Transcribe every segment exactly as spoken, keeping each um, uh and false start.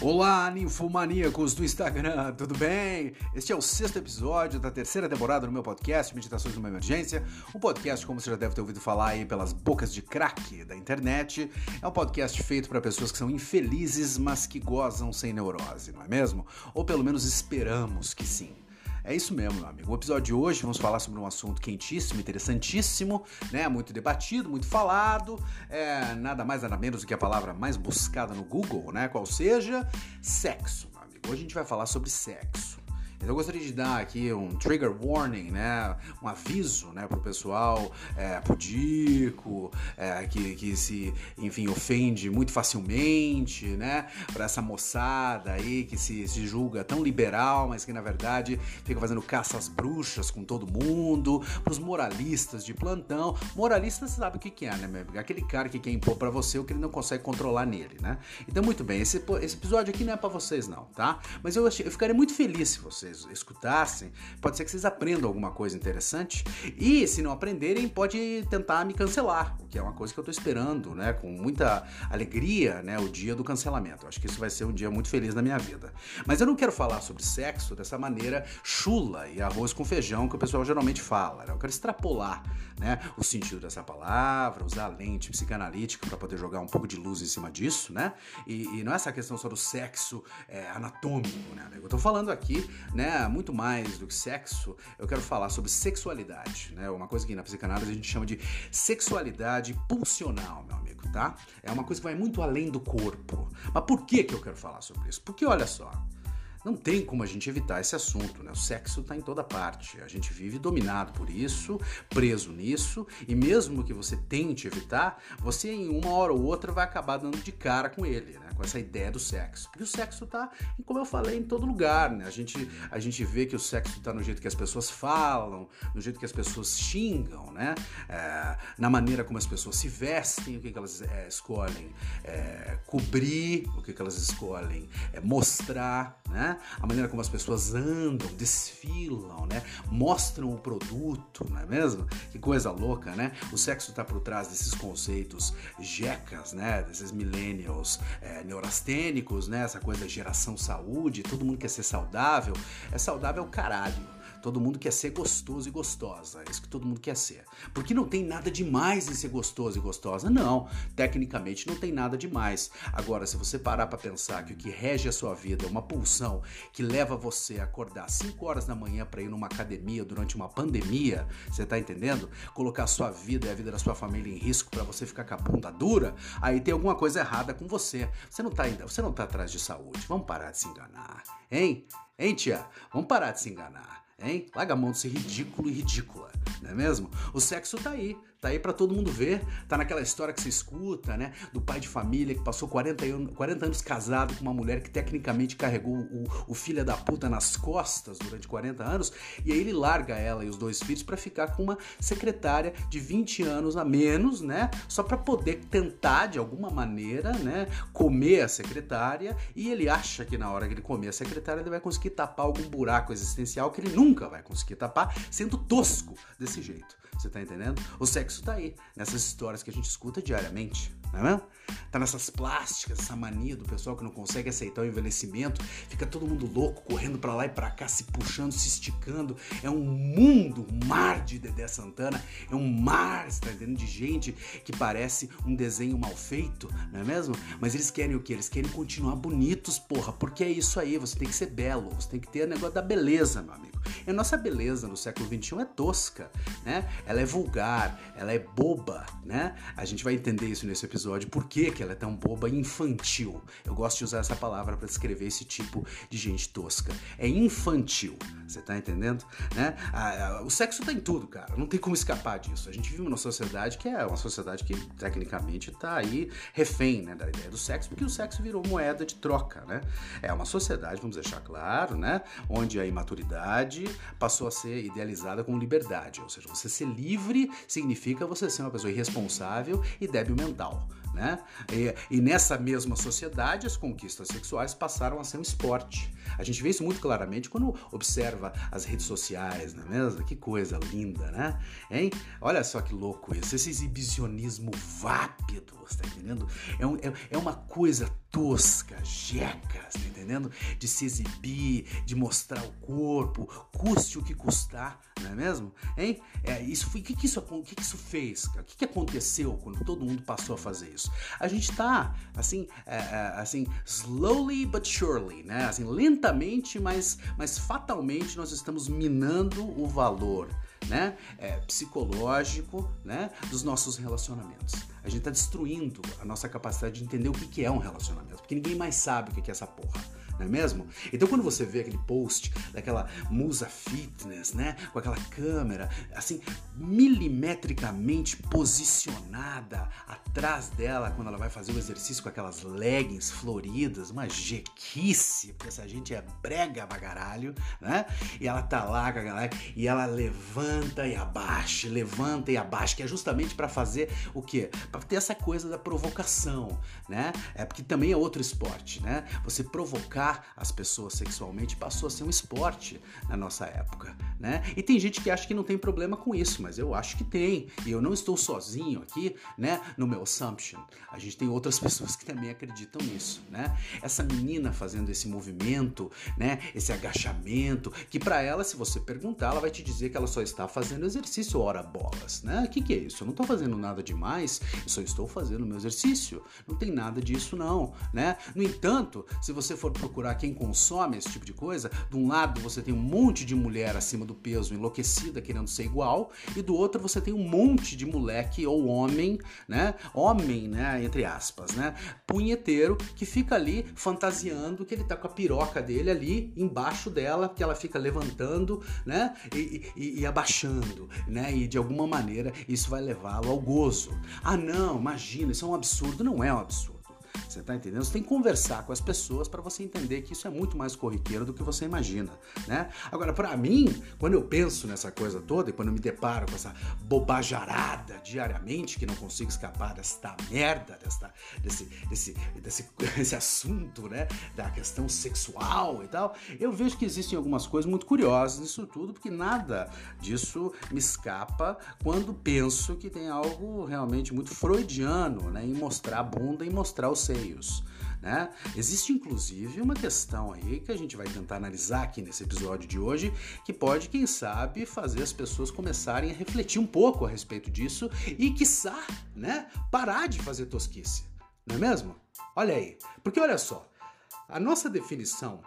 Olá, ninfomaníacos do Instagram, tudo bem? Este é o sexto episódio da terceira temporada do meu podcast Meditações numa Emergência. Um podcast, como você já deve ter ouvido falar aí pelas bocas de crack da internet, é um podcast feito para pessoas que são infelizes, mas que gozam sem neurose, não é mesmo? Ou pelo menos esperamos que sim. É isso mesmo, meu amigo. O episódio de hoje vamos falar sobre um assunto quentíssimo, interessantíssimo, né? Muito debatido, muito falado, é, nada mais nada menos do que a palavra mais buscada no Google, né? Qual seja, sexo, meu amigo. Hoje a gente vai falar sobre sexo. Então eu gostaria de dar aqui um trigger warning, né, um aviso, né, pro pessoal é, pudico, é, que, que se, enfim, ofende muito facilmente, né, pra essa moçada aí que se, se julga tão liberal, mas que na verdade fica fazendo caça às bruxas com todo mundo, pros moralistas de plantão. Moralista você sabe o que que é, né, meu amigo? Aquele cara que quer impor pra você o que ele não consegue controlar nele, né? Então muito bem, esse, esse episódio aqui não é pra vocês não, tá? Mas eu, eu ficaria muito feliz se vocês escutassem, pode ser que vocês aprendam alguma coisa interessante e se não aprenderem pode tentar me cancelar, o que é uma coisa que eu tô esperando, né, com muita alegria, né, o dia do cancelamento. Eu acho que isso vai ser um dia muito feliz na minha vida. Mas eu não quero falar sobre sexo dessa maneira chula e arroz com feijão que o pessoal geralmente fala, né? Eu quero extrapolar, né, o sentido dessa palavra, usar a lente psicanalítica para poder jogar um pouco de luz em cima disso, né, e, e não é essa questão só do sexo é, anatômico, né, eu tô falando aqui, né, muito mais do que sexo, eu quero falar sobre sexualidade, né, uma coisa que na psicanálise a gente chama de sexualidade pulsional, meu amigo, tá? É uma coisa que vai muito além do corpo. Mas por que que eu quero falar sobre isso? Porque olha só, não tem como a gente evitar esse assunto, né? O sexo está em toda parte. A gente vive dominado por isso, preso nisso, e mesmo que você tente evitar, você em uma hora ou outra vai acabar dando de cara com ele, né? Com essa ideia do sexo. Porque o sexo está, como eu falei, em todo lugar, né? A gente, a gente vê que o sexo está no jeito que as pessoas falam, no jeito que as pessoas xingam, né? É, na maneira como as pessoas se vestem, o que, que elas é, escolhem é, cobrir, o que, que elas escolhem é, mostrar, né? A maneira como as pessoas andam, desfilam, né? Mostram o produto, não é mesmo? Que coisa louca, né? O sexo está por trás desses conceitos jecas, né? Desses millennials é, neurastênicos, né? Essa coisa da geração saúde, todo mundo quer ser saudável. É saudável o caralho. Todo mundo quer ser gostoso e gostosa, é isso que todo mundo quer ser. Porque não tem nada demais em ser gostoso e gostosa, não. Tecnicamente não tem nada demais. Agora, se você parar para pensar que o que rege a sua vida é uma pulsão que leva você a acordar cinco horas da manhã para ir numa academia durante uma pandemia, você tá entendendo? Colocar a sua vida e a vida da sua família em risco para você ficar com a bunda dura, aí tem alguma coisa errada com você. Você não tá ainda, você não tá atrás de saúde. Vamos parar de se enganar, hein? Hein, tia? Vamos parar de se enganar. Hein? Larga a mão de ser ridículo e ridícula, não é mesmo? O sexo tá aí, tá aí pra todo mundo ver, tá naquela história que você escuta, né? Do pai de família que passou quarenta anos, quarenta anos casado com uma mulher que tecnicamente carregou o, o filho da puta nas costas durante quarenta anos, e aí ele larga ela e os dois filhos pra ficar com uma secretária de vinte anos a menos, né? Só pra poder tentar, de alguma maneira, né? Comer a secretária, e ele acha que na hora que ele comer a secretária ele vai conseguir tapar algum buraco existencial que ele nunca nunca vai conseguir tapar, sendo tosco desse jeito. Você tá entendendo? O sexo tá aí, nessas histórias que a gente escuta diariamente, não é mesmo? Tá nessas plásticas, essa mania do pessoal que não consegue aceitar o envelhecimento, fica todo mundo louco, correndo pra lá e pra cá, se puxando, se esticando. É um mundo, um mar de Dedé Santana, é um mar, você tá entendendo, de gente que parece um desenho mal feito, não é mesmo? Mas eles querem o quê? Eles querem continuar bonitos, porra, porque é isso aí, você tem que ser belo, você tem que ter o negócio da beleza, meu amigo. E a nossa beleza no século vinte e um é tosca, né? Ela é vulgar, ela é boba, né? A gente vai entender isso nesse episódio, por que que ela é tão boba e infantil. Eu gosto de usar essa palavra para descrever esse tipo de gente tosca. É infantil, você tá entendendo? Né? Ah, o sexo tá em tudo, cara, não tem como escapar disso. A gente vive numa sociedade que é uma sociedade que tecnicamente tá aí refém, né, da ideia do sexo, porque o sexo virou moeda de troca, né? É uma sociedade, vamos deixar claro, né, onde a imaturidade passou a ser idealizada como liberdade, ou seja, você ser livre significa você ser uma pessoa irresponsável e débil mental, né? E, e nessa mesma sociedade, as conquistas sexuais passaram a ser um esporte. A gente vê isso muito claramente quando observa as redes sociais, não é mesmo? Que coisa linda, né? Hein? Olha só que louco isso, esse exibicionismo vápido, você tá entendendo? É, um, é, é uma coisa tosca, jeca, tá entendendo? De se exibir, de mostrar o corpo, custe o que custar, não é mesmo? Hein? É, isso foi, o que, que, isso, o que, que isso fez? O que, que aconteceu quando todo mundo passou a fazer isso? A gente tá, assim, é, é, assim, slowly but surely, né? Assim, lentamente, mas, mas fatalmente nós estamos minando o valor, né? É, psicológico, né? Dos nossos relacionamentos. A gente tá destruindo a nossa capacidade de entender o que, que é um relacionamento, porque ninguém mais sabe o que, que é essa porra. Não é mesmo? Então quando você vê aquele post daquela musa fitness, né? Com aquela câmera, assim, milimetricamente posicionada atrás dela quando ela vai fazer o exercício com aquelas leggings floridas, uma jequice, porque essa gente é brega pra caralho, né? E ela tá lá com a galera e ela levanta e abaixa, levanta e abaixa, que é justamente pra fazer o quê? Pra ter essa coisa da provocação, né? É porque também é outro esporte, né? Você provocar as pessoas sexualmente passou a ser um esporte na nossa época, né? E tem gente que acha que não tem problema com isso, mas eu acho que tem. E eu não estou sozinho aqui, né? No meu assumption. A gente tem outras pessoas que também acreditam nisso, né? Essa menina fazendo esse movimento, né? Esse agachamento, que pra ela, se você perguntar, ela vai te dizer que ela só está fazendo exercício ora bolas, né? O que que é isso? Eu não tô fazendo nada demais, eu só estou fazendo o meu exercício. Não tem nada disso não, né? No entanto, se você for procurar quem consome esse tipo de coisa, de um lado você tem um monte de mulher acima do peso enlouquecida querendo ser igual, e do outro você tem um monte de moleque ou homem, né? Homem, né? Entre aspas, né? Punheteiro que fica ali fantasiando que ele tá com a piroca dele ali embaixo dela, que ela fica levantando, né? E, e, e abaixando, né? E de alguma maneira isso vai levá-lo ao gozo. Ah, não, imagina, isso é um absurdo. Não é um absurdo. Você tá entendendo? Você tem que conversar com as pessoas para você entender que isso é muito mais corriqueiro do que você imagina, né? Agora, para mim, quando eu penso nessa coisa toda e quando eu me deparo com essa bobajarada diariamente, que não consigo escapar desta merda, desta, desse, desse, desse, desse assunto, né? Da questão sexual e tal, eu vejo que existem algumas coisas muito curiosas nisso tudo, porque nada disso me escapa quando penso que tem algo realmente muito freudiano, né? Em mostrar a bunda e mostrar os seios, né? Existe inclusive uma questão aí que a gente vai tentar analisar aqui nesse episódio de hoje, que pode, quem sabe, fazer as pessoas começarem a refletir um pouco a respeito disso e, quiçá, né, parar de fazer tosquice, não é mesmo? Olha aí, porque olha só, a nossa definição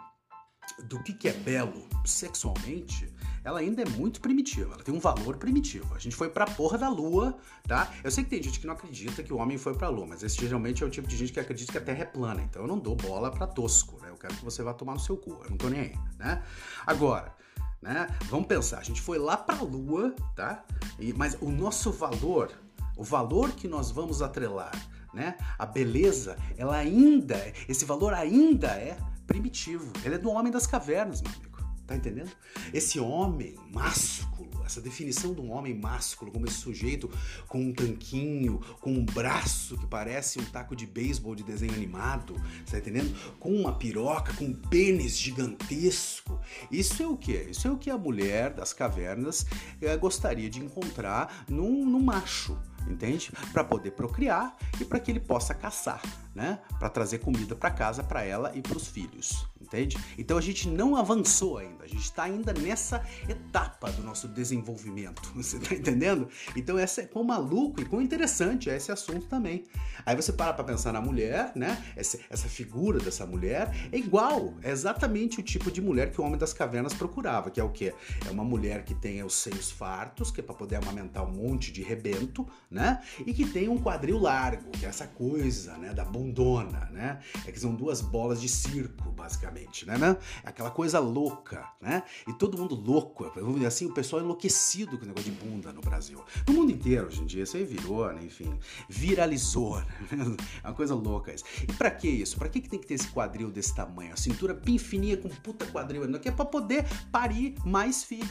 do que, que é belo sexualmente, ela ainda é muito primitiva, ela tem um valor primitivo. A gente foi pra porra da lua, tá? Eu sei que tem gente que não acredita que o homem foi pra lua, mas esse geralmente é o tipo de gente que acredita que a Terra é plana, então eu não dou bola pra tosco, né? Eu quero que você vá tomar no seu cu, eu não tô nem aí, né? Agora, né, vamos pensar, a gente foi lá pra lua, tá? E, mas o nosso valor, o valor que nós vamos atrelar, né? A beleza, ela ainda, esse valor ainda é primitivo. Ele é do homem das cavernas, meu amigo. Tá entendendo? Esse homem másculo, essa definição de um homem másculo, como esse sujeito com um tanquinho, com um braço que parece um taco de beisebol de desenho animado, tá entendendo? Com uma piroca, com um pênis gigantesco. Isso é o quê? Isso é o que a mulher das cavernas eh, gostaria de encontrar num, num macho. Entende? Para poder procriar e para que ele possa caçar, né? Para trazer comida para casa para ela e para os filhos, entende? Então a gente não avançou ainda, a gente está ainda nessa etapa do nosso desenvolvimento, você tá entendendo? Então essa é quão maluco e quão interessante é esse assunto também. Aí você para para pensar na mulher, né? Essa, essa figura dessa mulher é igual, é exatamente o tipo de mulher que o homem das cavernas procurava, que é o quê? É uma mulher que tenha os seios fartos, que é para poder amamentar um monte de rebento, né? E que tem um quadril largo, que é essa coisa, né, da bundona, né? É que são duas bolas de circo, basicamente, né? É aquela coisa louca, né? E todo mundo louco, assim, o pessoal enlouquecido com o negócio de bunda no Brasil. No mundo inteiro, hoje em dia, isso aí virou, né? Enfim, viralizou, né? É uma coisa louca isso. E pra que isso? Pra que que tem que ter esse quadril desse tamanho? A cintura bem fininha com puta quadril, que é pra poder parir mais filho.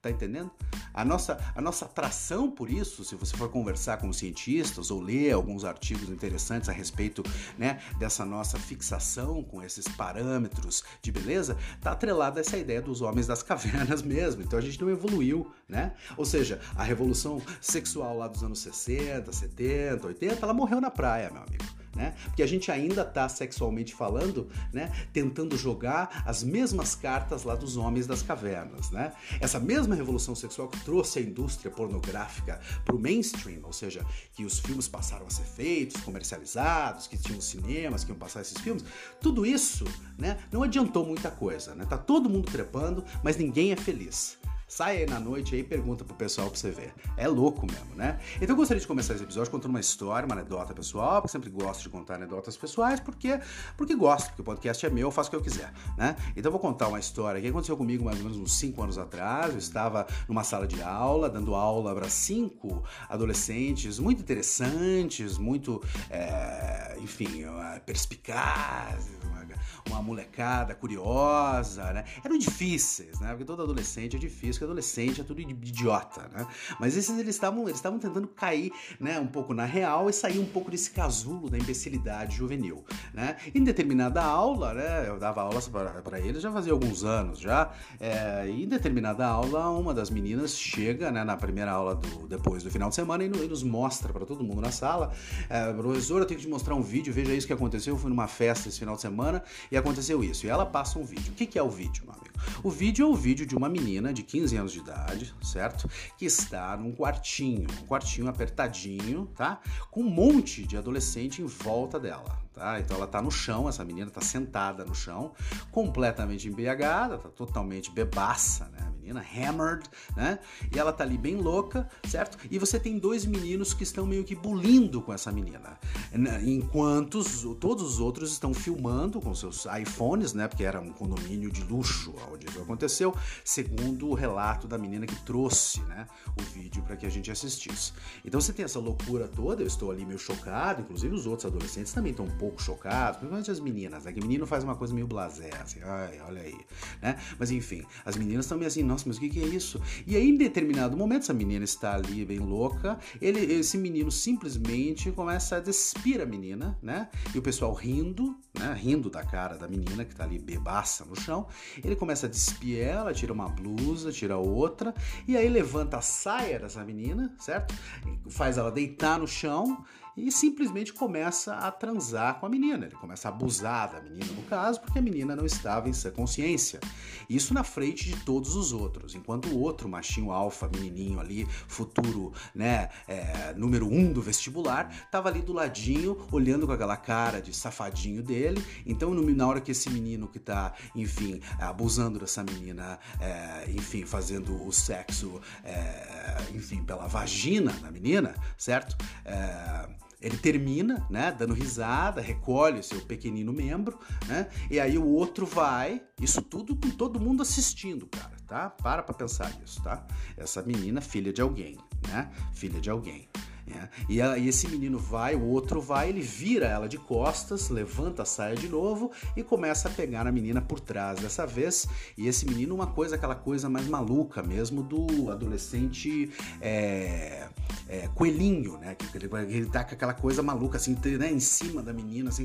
Tá entendendo? A nossa, a nossa atração por isso, se você for conversar com cientistas ou ler alguns artigos interessantes a respeito, né, dessa nossa fixação com esses parâmetros de beleza, tá atrelada a essa ideia dos homens das cavernas mesmo. Então a gente não evoluiu, né? Ou seja, a revolução sexual lá dos anos sessenta, setenta, oitenta, ela morreu na praia, meu amigo. Né? Porque a gente ainda está sexualmente falando, né, tentando jogar as mesmas cartas lá dos homens das cavernas, né? Essa mesma revolução sexual que trouxe a indústria pornográfica para o mainstream, ou seja, que os filmes passaram a ser feitos, comercializados, que tinham cinemas que iam passar esses filmes, tudo isso, né, não adiantou muita coisa, né? Tá todo mundo trepando, mas ninguém é feliz. Sai aí na noite e pergunta pro pessoal pra você ver. É louco mesmo, né? Então eu gostaria de começar esse episódio contando uma história, uma anedota pessoal, porque eu sempre gosto de contar anedotas pessoais, porque, porque gosto, porque o podcast é meu, eu faço o que eu quiser, né? Então eu vou contar uma história que aconteceu comigo mais ou menos uns cinco anos atrás. Eu estava numa sala de aula, dando aula para cinco adolescentes muito interessantes, muito, é, enfim, perspicazes, uma molecada curiosa, né? Eram difíceis, né? Porque todo adolescente é difícil, porque adolescente é tudo idiota, né? Mas esses, eles estavam eles estavam tentando cair, né, um pouco na real e sair um pouco desse casulo da imbecilidade juvenil, né? Em determinada aula, né? Eu dava aulas para eles já fazia alguns anos já, é, e em determinada aula, uma das meninas chega, né, na primeira aula do, depois do final de semana e, no, e nos mostra para todo mundo na sala, é, professor, eu tenho que te mostrar um vídeo, veja isso que aconteceu, eu fui numa festa esse final de semana e aconteceu isso. E ela passa um vídeo. O que, que é o vídeo, meu amigo? O vídeo é o vídeo de uma menina de quinze anos de idade, certo? Que está num quartinho, um quartinho apertadinho, tá? Com um monte de adolescente em volta dela, tá? Então ela tá no chão, essa menina tá sentada no chão, completamente embriagada, tá totalmente bebaça, né? A menina hammered, né? E ela tá ali bem louca, certo? E você tem dois meninos que estão meio que bulindo com essa menina, enquanto os, todos os outros estão filmando com seus iPhones, né? Porque era um condomínio de luxo onde isso aconteceu, segundo o relato da menina que trouxe, né, o vídeo para que a gente assistisse. Então você tem essa loucura toda, eu estou ali meio chocado, inclusive os outros adolescentes também estão um pouco chocados, principalmente as meninas, né? Que o menino faz uma coisa meio blasé, assim, ai, olha aí, né? Mas enfim, as meninas estão meio assim, nossa, mas o que, que é isso? E aí, em determinado momento, essa menina está ali bem louca, ele, esse menino simplesmente começa a despir a menina, né? E o pessoal rindo, né? Rindo da cara da menina que está ali bebaça no chão, ele começa a despir ela, tira uma blusa, tira outra, e aí levanta a saia dessa menina, certo? Faz ela deitar no chão e simplesmente começa a transar com a menina. Ele começa a abusar da menina, no caso, porque a menina não estava em sua consciência. Isso na frente de todos os outros, enquanto o outro machinho alfa, menininho ali, futuro, né, é, número um do vestibular, estava ali do ladinho, olhando com aquela cara de safadinho dele. Então, na hora que esse menino que tá, enfim, abusando dessa menina, é, enfim, fazendo o sexo, é, enfim, pela vagina da menina, certo? É, ele termina, né, dando risada, recolhe o seu pequenino membro, né, e aí o outro vai, isso tudo com todo mundo assistindo, cara, tá? Para pra pensar nisso, tá? Essa menina, filha de alguém, né? Filha de alguém. É. E, ela, e esse menino vai, o outro vai, ele vira ela de costas, levanta a saia de novo e começa a pegar a menina por trás dessa vez. E esse menino, uma coisa, aquela coisa mais maluca mesmo do adolescente é, é, coelhinho, né? Ele, ele tá com aquela coisa maluca, assim, né? Em cima da menina, assim,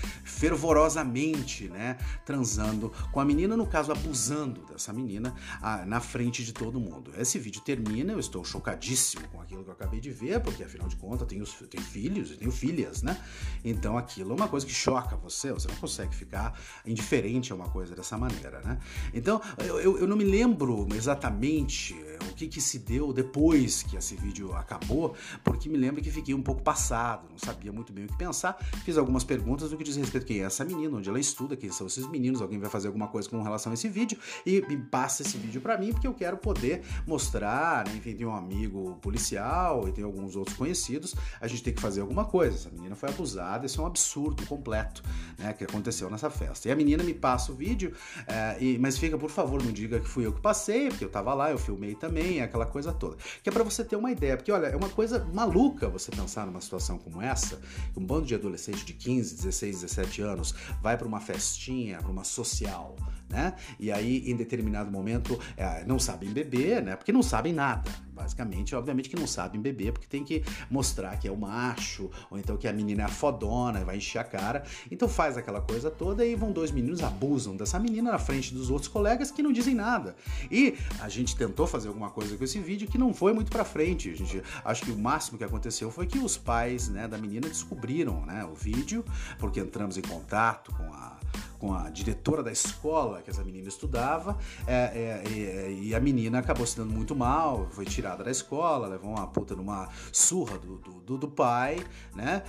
fervorosamente, né? Transando com a menina, no caso, abusando dessa menina a, na frente de todo mundo. Esse vídeo termina, eu estou chocadíssimo com aquilo que eu acabei de ver, porque afinal de contas tem, os, tem filhos e tenho filhas, né? Então aquilo é uma coisa que choca você, você não consegue ficar indiferente a uma coisa dessa maneira, né? Então eu, eu, eu não me lembro exatamente o que, que se deu depois que esse vídeo acabou, porque me lembro que fiquei um pouco passado, não sabia muito bem o que pensar, fiz algumas perguntas do que diz respeito a quem é essa menina, onde ela estuda, quem são esses meninos, alguém vai fazer alguma coisa com relação a esse vídeo e me passa esse vídeo pra mim, porque eu quero poder mostrar, né? Enfim, tem um amigo policial e tem alguns outros conhecidos, a gente tem que fazer alguma coisa. Essa menina foi abusada, isso é um absurdo completo, né, que aconteceu nessa festa. E a menina me passa o vídeo, é, e, mas fica, por favor, não diga que fui eu que passei, porque eu tava lá, eu filmei também, bem, aquela coisa toda. Que é pra você ter uma ideia, porque olha, é uma coisa maluca você pensar numa situação como essa, que um bando de adolescente de quinze, dezesseis, dezessete anos vai pra uma festinha, pra uma social, né? E aí, em determinado momento, é, não sabem beber, né? Porque não sabem nada. Basicamente, obviamente que não sabem beber, porque tem que mostrar que é o macho, ou então que a menina é a fodona e vai encher a cara. Então faz aquela coisa toda e vão dois meninos, abusam dessa menina na frente dos outros colegas que não dizem nada. E a gente tentou fazer alguma coisa com esse vídeo que não foi muito pra frente. A gente, acho que o máximo que aconteceu foi que os pais, né, da menina descobriram, né, o vídeo, porque entramos em contato com a com a diretora da escola que essa menina estudava, é, é, é, e a menina acabou se dando muito mal, foi tirada da escola, levou uma puta numa surra do, do, do pai, né,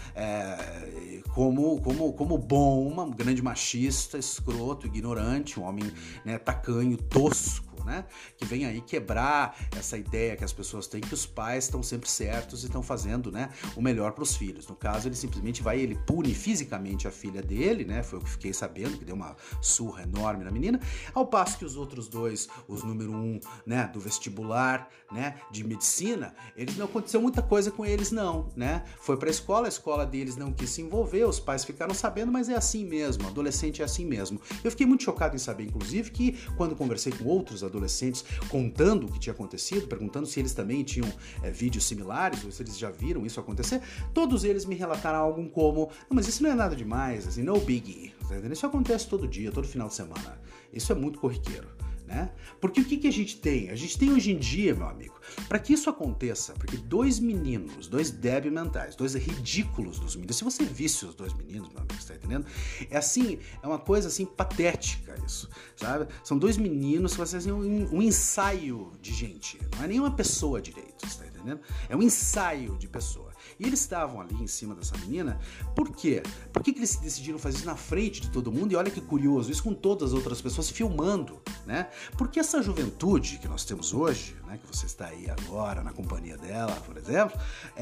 é, como, como, como bom, um grande machista, escroto, ignorante, um homem, né, tacanho, tosco, né, que vem aí quebrar essa ideia que as pessoas têm que os pais estão sempre certos e estão fazendo, né, o melhor para os filhos. No caso, ele simplesmente vai, ele pune fisicamente a filha dele, né, foi o que fiquei sabendo, que deu uma surra enorme na menina, ao passo que os outros dois, os número um, né, do vestibular, né, de medicina, eles não aconteceu muita coisa com eles não, né, foi pra escola, a escola deles não quis se envolver, os pais ficaram sabendo, mas é assim mesmo, adolescente é assim mesmo. Eu fiquei muito chocado em saber, inclusive, que quando conversei com outros adolescentes contando o que tinha acontecido, perguntando se eles também tinham é, vídeos similares, ou se eles já viram isso acontecer, todos eles me relataram algo como, não, mas isso não é nada demais, assim, no biggie, tá entendendo? Isso acontece todo dia, todo final de semana. Isso é muito corriqueiro, né? Porque o que, que a gente tem? A gente tem hoje em dia, meu amigo, para que isso aconteça, porque dois meninos, dois débeis mentais, dois ridículos dos meninos, se você visse os dois meninos, meu amigo, você tá entendendo? É assim, é uma coisa assim patética isso, sabe? São dois meninos que fazem um, um ensaio de gente, não é nenhuma pessoa direito, você tá entendendo? É um ensaio de pessoa. E eles estavam ali em cima dessa menina, por quê? Por que, que eles decidiram fazer isso na frente de todo mundo? E olha que curioso, isso com todas as outras pessoas filmando, né? Porque essa juventude que nós temos hoje, né, que você está aí agora na companhia dela, por exemplo,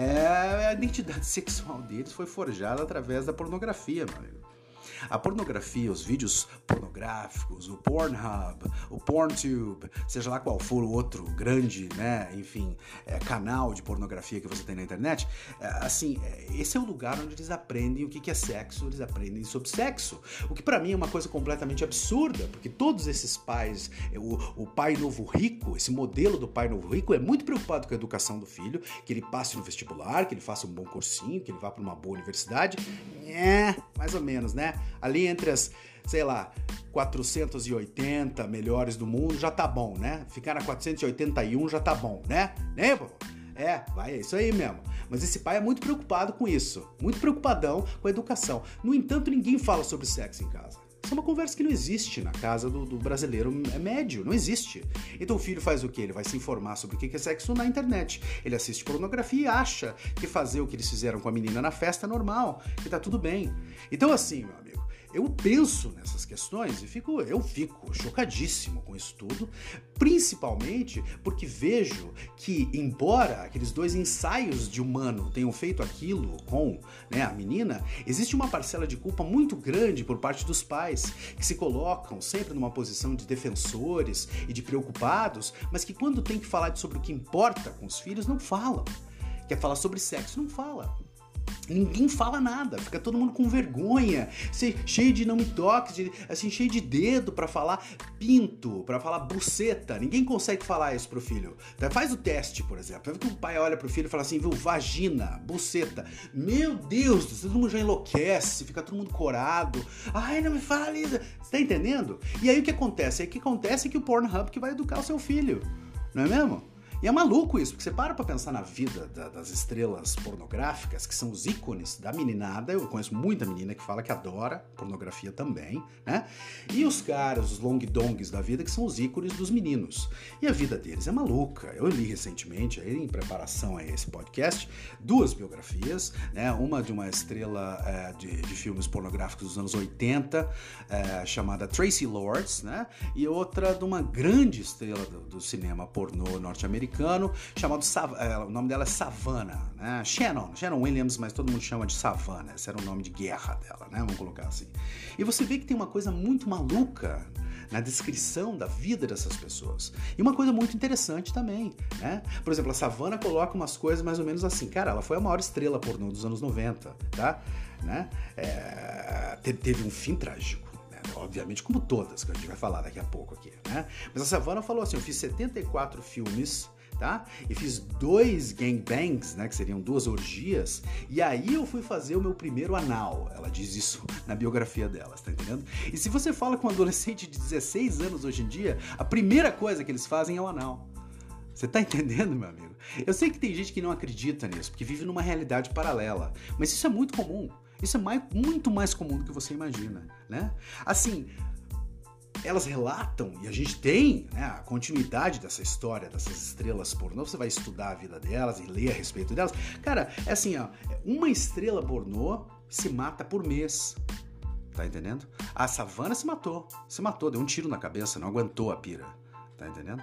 é a identidade sexual deles foi forjada através da pornografia, meu amigo. A pornografia, os vídeos pornográficos, o Pornhub, o PornTube, seja lá qual for o outro grande, né, enfim, é, canal de pornografia que você tem na internet, é, assim, é, esse é o lugar onde eles aprendem o que é sexo, eles aprendem sobre sexo, o que pra mim é uma coisa completamente absurda, porque todos esses pais, o, o pai novo rico, esse modelo do pai novo rico é muito preocupado com a educação do filho, que ele passe no vestibular, que ele faça um bom cursinho, que ele vá pra uma boa universidade, é, mais ou menos, né? Ali entre as, sei lá, quatrocentos e oitenta melhores do mundo já tá bom, né? Ficar na quatrocentos e oitenta e um já tá bom, né? Né, pô? É, vai, é isso aí mesmo. Mas esse pai é muito preocupado com isso, muito preocupadão com a educação. No entanto, ninguém fala sobre sexo em casa. Isso é uma conversa que não existe na casa do, do brasileiro médio, não existe. Então o filho faz o quê? Ele vai se informar sobre o que é sexo na internet. Ele assiste pornografia e acha que fazer o que eles fizeram com a menina na festa é normal, que tá tudo bem. Então assim, meu amigo, eu penso nessas questões e fico, eu fico chocadíssimo com isso tudo, principalmente porque vejo que, embora aqueles dois ensaios de humano tenham feito aquilo com, né, a menina, existe uma parcela de culpa muito grande por parte dos pais, que se colocam sempre numa posição de defensores e de preocupados, mas que quando tem que falar sobre o que importa com os filhos, não falam. Quer falar sobre sexo, não fala. Ninguém fala nada, fica todo mundo com vergonha, cheio de não me toques, de, assim, cheio de dedo pra falar pinto, pra falar buceta. Ninguém consegue falar isso pro filho. Então, faz o teste, por exemplo. Que o pai olha pro filho e fala assim, viu, vagina, buceta. Meu Deus, todo mundo já enlouquece, fica todo mundo corado. Ai, não me fala isso. Você tá entendendo? E aí o que acontece? Aí o que acontece é que o Pornhub que vai educar o seu filho, não é mesmo? E é maluco isso, porque você para pra pensar na vida da, das estrelas pornográficas, que são os ícones da meninada. Eu conheço muita menina que fala que adora pornografia também, né? E os caras, os long-dongs da vida, que são os ícones dos meninos. E a vida deles é maluca. Eu li recentemente, aí, em preparação a esse podcast, duas biografias, né? Uma de uma estrela é, de, de filmes pornográficos dos anos oitenta, é, chamada Tracy Lords, né? E outra de uma grande estrela do, do cinema pornô norte-americano, chamado, Sav- é, o nome dela é Savannah, né? Shannon, Shannon Williams, mas todo mundo chama de Savannah, esse era o nome de guerra dela, né? Vamos colocar assim. E você vê que tem uma coisa muito maluca na descrição da vida dessas pessoas. E uma coisa muito interessante também, né? Por exemplo, a Savannah coloca umas coisas mais ou menos assim, cara, ela foi a maior estrela pornô dos anos noventa, tá? Né? É, teve um fim trágico. Obviamente, como todas, que a gente vai falar daqui a pouco aqui, né? Mas a Savannah falou assim, eu fiz setenta e quatro filmes, tá? E fiz dois gangbangs, né? Que seriam duas orgias, e aí eu fui fazer o meu primeiro anal. Ela diz isso na biografia dela, tá entendendo? E se você fala com um adolescente de dezesseis anos hoje em dia, a primeira coisa que eles fazem é o anal. Você tá entendendo, meu amigo? Eu sei que tem gente que não acredita nisso, porque vive numa realidade paralela, mas isso é muito comum. Isso é mais, muito mais comum do que você imagina, né? Assim, elas relatam, e a gente tem, né, a continuidade dessa história, dessas estrelas pornô, você vai estudar a vida delas e ler a respeito delas. Cara, é assim, ó, uma estrela pornô se mata por mês, tá entendendo? A Savannah se matou, se matou, deu um tiro na cabeça, não aguentou a pira, tá entendendo?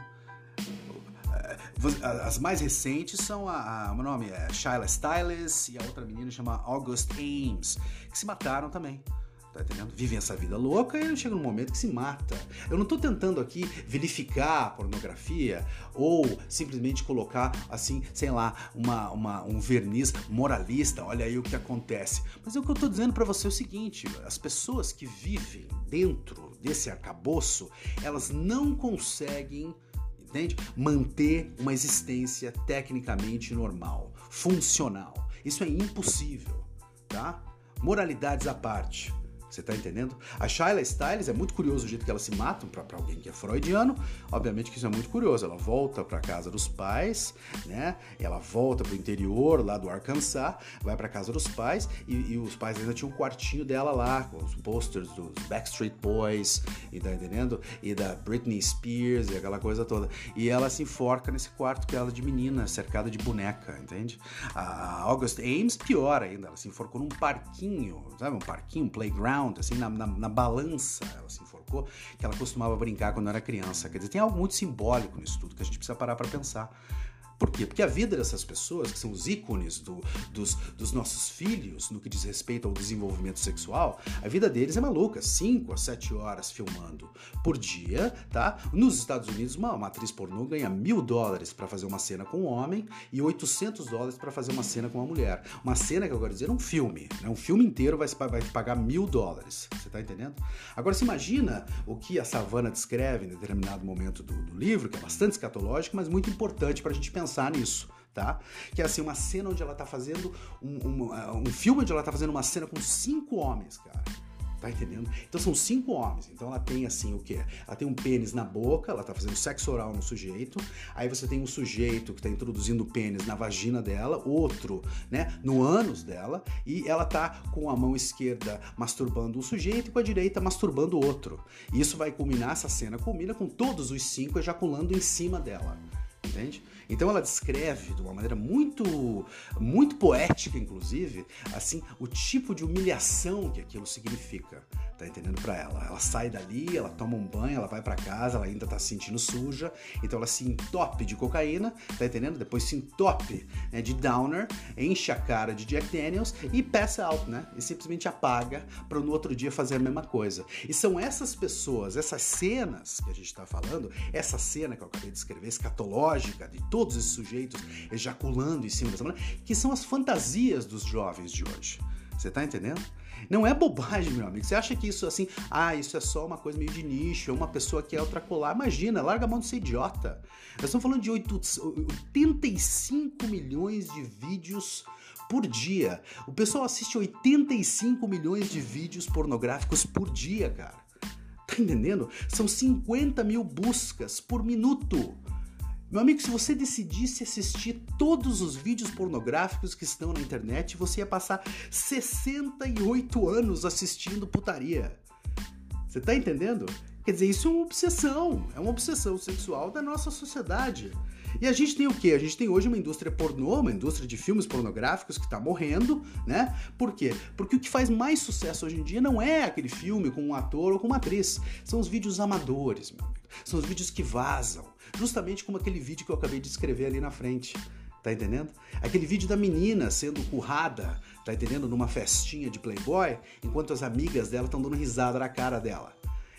As mais recentes são a, a, o nome é Shyla Stiles e a outra menina chama August Ames, que se mataram também, tá entendendo? Vivem essa vida louca e chega num momento que se mata. Eu não tô tentando aqui verificar a pornografia ou simplesmente colocar, assim, sei lá, uma, uma, um verniz moralista, olha aí o que acontece. Mas o que eu tô dizendo pra você é o seguinte, as pessoas que vivem dentro desse arcabouço, elas não conseguem, entende? Manter uma existência tecnicamente normal, funcional. Isso é impossível, tá? Moralidades à parte. Você tá entendendo? A Shyla Stiles é muito curioso o jeito que elas se matam pra, pra alguém que é freudiano. Obviamente que isso é muito curioso. Ela volta pra casa dos pais, né? Ela volta pro interior lá do Arkansas, vai pra casa dos pais e, e os pais ainda tinham um quartinho dela lá, com os posters dos Backstreet Boys, e tá entendendo? E da Britney Spears e aquela coisa toda. E ela se enforca nesse quarto que ela é de menina, cercada de boneca, entende? A August Ames, pior ainda, ela se enforcou num parquinho, sabe? Um parquinho, um playground, assim, na, na, na balança ela se enforcou, que ela costumava brincar quando era criança. Quer dizer, tem algo muito simbólico nisso tudo que a gente precisa parar para pensar. Por quê? Porque a vida dessas pessoas, que são os ícones do, dos, dos nossos filhos, no que diz respeito ao desenvolvimento sexual, a vida deles é maluca, cinco a sete horas filmando por dia, tá? Nos Estados Unidos, uma, uma atriz pornô ganha mil dólares para fazer uma cena com um homem e oitocentos dólares para fazer uma cena com uma mulher. Uma cena que eu quero dizer é um filme, né? Um filme inteiro vai, vai pagar mil dólares, você tá entendendo? Agora, se imagina o que a Savannah descreve em determinado momento do, do livro, que é bastante escatológico, mas muito importante pra gente pensar nisso, tá? Que é assim, uma cena onde ela tá fazendo um, um, um filme onde ela tá fazendo uma cena com cinco homens, cara. Tá entendendo? Então são cinco homens. Então ela tem assim o quê? Ela tem um pênis na boca, ela tá fazendo sexo oral no sujeito. Aí você tem um sujeito que tá introduzindo o pênis na vagina dela, outro, né, no ânus dela, e ela tá com a mão esquerda masturbando um sujeito e com a direita masturbando o outro. E isso vai culminar, essa cena culmina com todos os cinco ejaculando em cima dela. Entende? Então ela descreve de uma maneira muito, muito poética, inclusive, assim, o tipo de humilhação que aquilo significa, tá entendendo, pra ela. Ela sai dali, ela toma um banho, ela vai pra casa, ela ainda tá se sentindo suja, então ela se entope de cocaína, tá entendendo? Depois se entope, né, de Downer, enche a cara de Jack Daniels e passa out, né? E simplesmente apaga pra no outro dia fazer a mesma coisa. E são essas pessoas, essas cenas que a gente tá falando, essa cena que eu acabei de escrever, escatológica, de todos esses sujeitos ejaculando em cima dessa mulher, que são as fantasias dos jovens de hoje. Você tá entendendo? Não é bobagem, meu amigo. Você acha que isso assim, ah, isso é só uma coisa meio de nicho, é uma pessoa que é outra colar. Imagina, larga a mão de ser idiota. Nós estamos falando de oitenta e cinco milhões de vídeos por dia. O pessoal assiste oitenta e cinco milhões de vídeos pornográficos por dia, cara. Tá entendendo? São cinquenta mil buscas por minuto. Meu amigo, se você decidisse assistir todos os vídeos pornográficos que estão na internet, você ia passar sessenta e oito anos assistindo putaria. Você tá entendendo? Quer dizer, isso é uma obsessão. É uma obsessão sexual da nossa sociedade. E a gente tem o quê? A gente tem hoje uma indústria pornô, uma indústria de filmes pornográficos que tá morrendo, né? Por quê? Porque o que faz mais sucesso hoje em dia não é aquele filme com um ator ou com uma atriz. São os vídeos amadores, meu amigo. São os vídeos que vazam. Justamente como aquele vídeo que eu acabei de escrever ali na frente. Tá entendendo? Aquele vídeo da menina sendo currada, tá entendendo? Numa festinha de Playboy, enquanto as amigas dela estão dando risada na cara dela.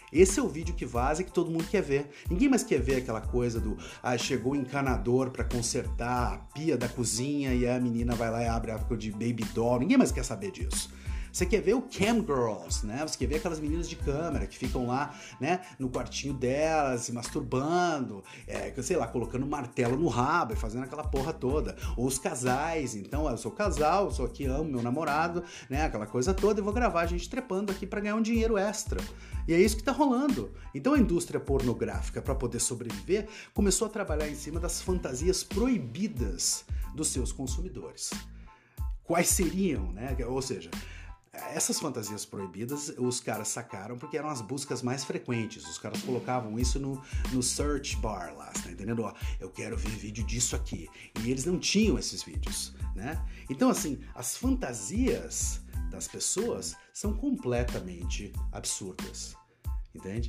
Esse é o vídeo que vaza e que todo mundo quer ver. Ninguém mais quer ver aquela coisa do ah, chegou o encanador pra consertar a pia da cozinha e a menina vai lá e abre a água de baby doll. Ninguém mais quer saber disso. Você quer ver o cam girls, né? Você quer ver aquelas meninas de câmera que ficam lá, né, no quartinho delas, se masturbando, é, sei lá, colocando martelo no rabo e fazendo aquela porra toda. Ou os casais, então, eu sou casal, eu sou aqui, amo meu namorado, né, aquela coisa toda, e vou gravar a gente trepando aqui pra ganhar um dinheiro extra. E é isso que tá rolando. Então a indústria pornográfica, para poder sobreviver, começou a trabalhar em cima das fantasias proibidas dos seus consumidores. Quais seriam, né? Ou seja, essas fantasias proibidas os caras sacaram porque eram as buscas mais frequentes. Os caras colocavam isso no, no search bar lá, tá entendendo? Ó, eu quero ver vídeo disso aqui. E eles não tinham esses vídeos, né? Então, assim, as fantasias das pessoas são completamente absurdas, entende?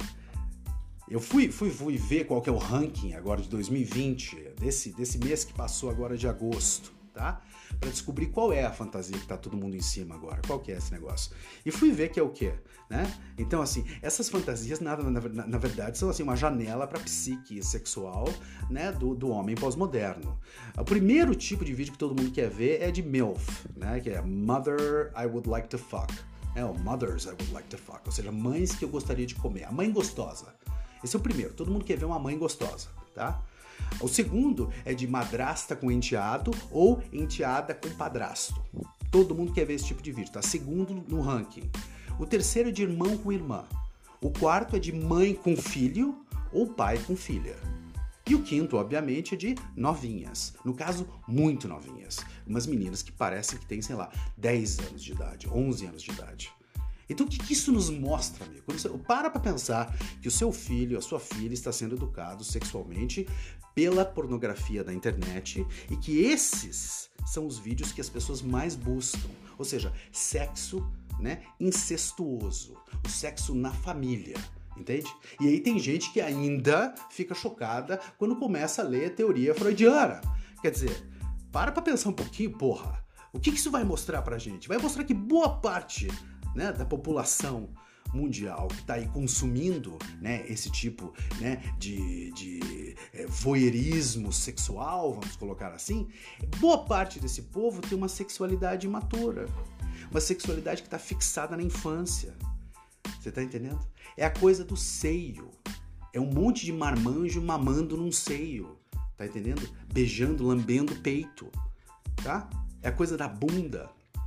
Eu fui, fui, fui ver qual que é o ranking agora de dois mil e vinte, desse, desse mês que passou agora de agosto, tá? Pra descobrir qual é a fantasia que tá todo mundo em cima agora, qual que é esse negócio. E fui ver que é o quê, né? Então, assim, essas fantasias, na, na, na verdade, são assim, uma janela pra psique sexual, né, do, do homem pós-moderno. O primeiro tipo de vídeo que todo mundo quer ver é de MILF, né, que é Mother I Would Like to Fuck. É, o Mothers I Would Like to Fuck, ou seja, mães que eu gostaria de comer. A mãe gostosa. Esse é o primeiro, todo mundo quer ver uma mãe gostosa, tá? O segundo é de madrasta com enteado ou enteada com padrasto. Todo mundo quer ver esse tipo de vídeo, tá? Segundo no ranking. O terceiro é de irmão com irmã. O quarto é de mãe com filho ou pai com filha. E o quinto, obviamente, é de novinhas. No caso, muito novinhas. Umas meninas que parecem que têm, sei lá, dez anos de idade, onze anos de idade. Então, o que, que isso nos mostra, amigo? Quando você para pra pensar que o seu filho, a sua filha está sendo educado sexualmente pela pornografia da internet e que esses são os vídeos que as pessoas mais buscam. Ou seja, sexo, né, incestuoso, o sexo na família. Entende? E aí tem gente que ainda fica chocada quando começa a ler teoria freudiana. Quer dizer, para pra pensar um pouquinho, porra. O que, que isso vai mostrar pra gente? Vai mostrar que boa parte, né, da população mundial que está aí consumindo, né, esse tipo, né, de, de é, voyeurismo sexual, vamos colocar assim, boa parte desse povo tem uma sexualidade imatura, uma sexualidade que está fixada na infância. Você tá entendendo? É a coisa do seio. É um monte de marmanjo mamando num seio. Tá entendendo? Beijando, lambendo o peito. Tá? É a coisa da bunda,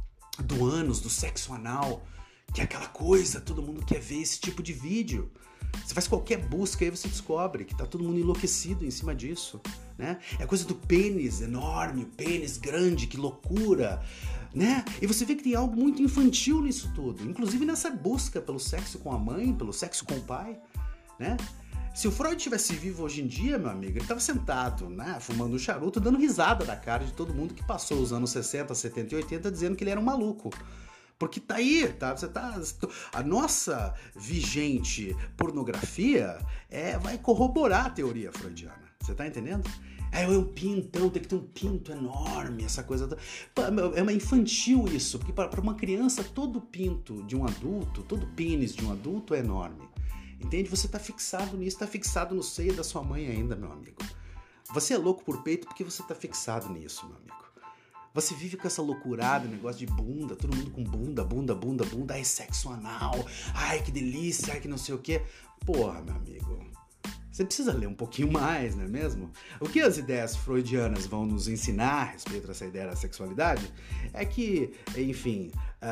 do ânus, do sexo anal. Que é aquela coisa, todo mundo quer ver esse tipo de vídeo. Você faz qualquer busca e aí você descobre que tá todo mundo enlouquecido em cima disso, né? É a coisa do pênis enorme, o pênis grande, que loucura, né? E você vê que tem algo muito infantil nisso tudo, inclusive nessa busca pelo sexo com a mãe, pelo sexo com o pai, né? Se o Freud tivesse vivo hoje em dia, meu amigo, ele tava sentado, né, fumando um charuto, dando risada da cara de todo mundo que passou os anos sessenta, setenta e oitenta dizendo que ele era um maluco. Porque tá aí, tá? Você tá. A nossa vigente pornografia é, vai corroborar a teoria freudiana. Você tá entendendo? É um pintão, tem que ter um pinto enorme, essa coisa. É uma infantil isso, porque para uma criança todo pinto de um adulto, todo pênis de um adulto é enorme. Entende? Você tá fixado nisso, tá fixado no seio da sua mãe ainda, meu amigo. Você é louco por peito porque você tá fixado nisso, meu amigo. Você vive com essa loucurada, negócio de bunda, todo mundo com bunda, bunda, bunda, bunda, ai, sexo anal, ai, que delícia, ai, que não sei o quê. Porra, meu amigo, você precisa ler um pouquinho mais, não é mesmo? O que as ideias freudianas vão nos ensinar a respeito dessa ideia da sexualidade é que, enfim,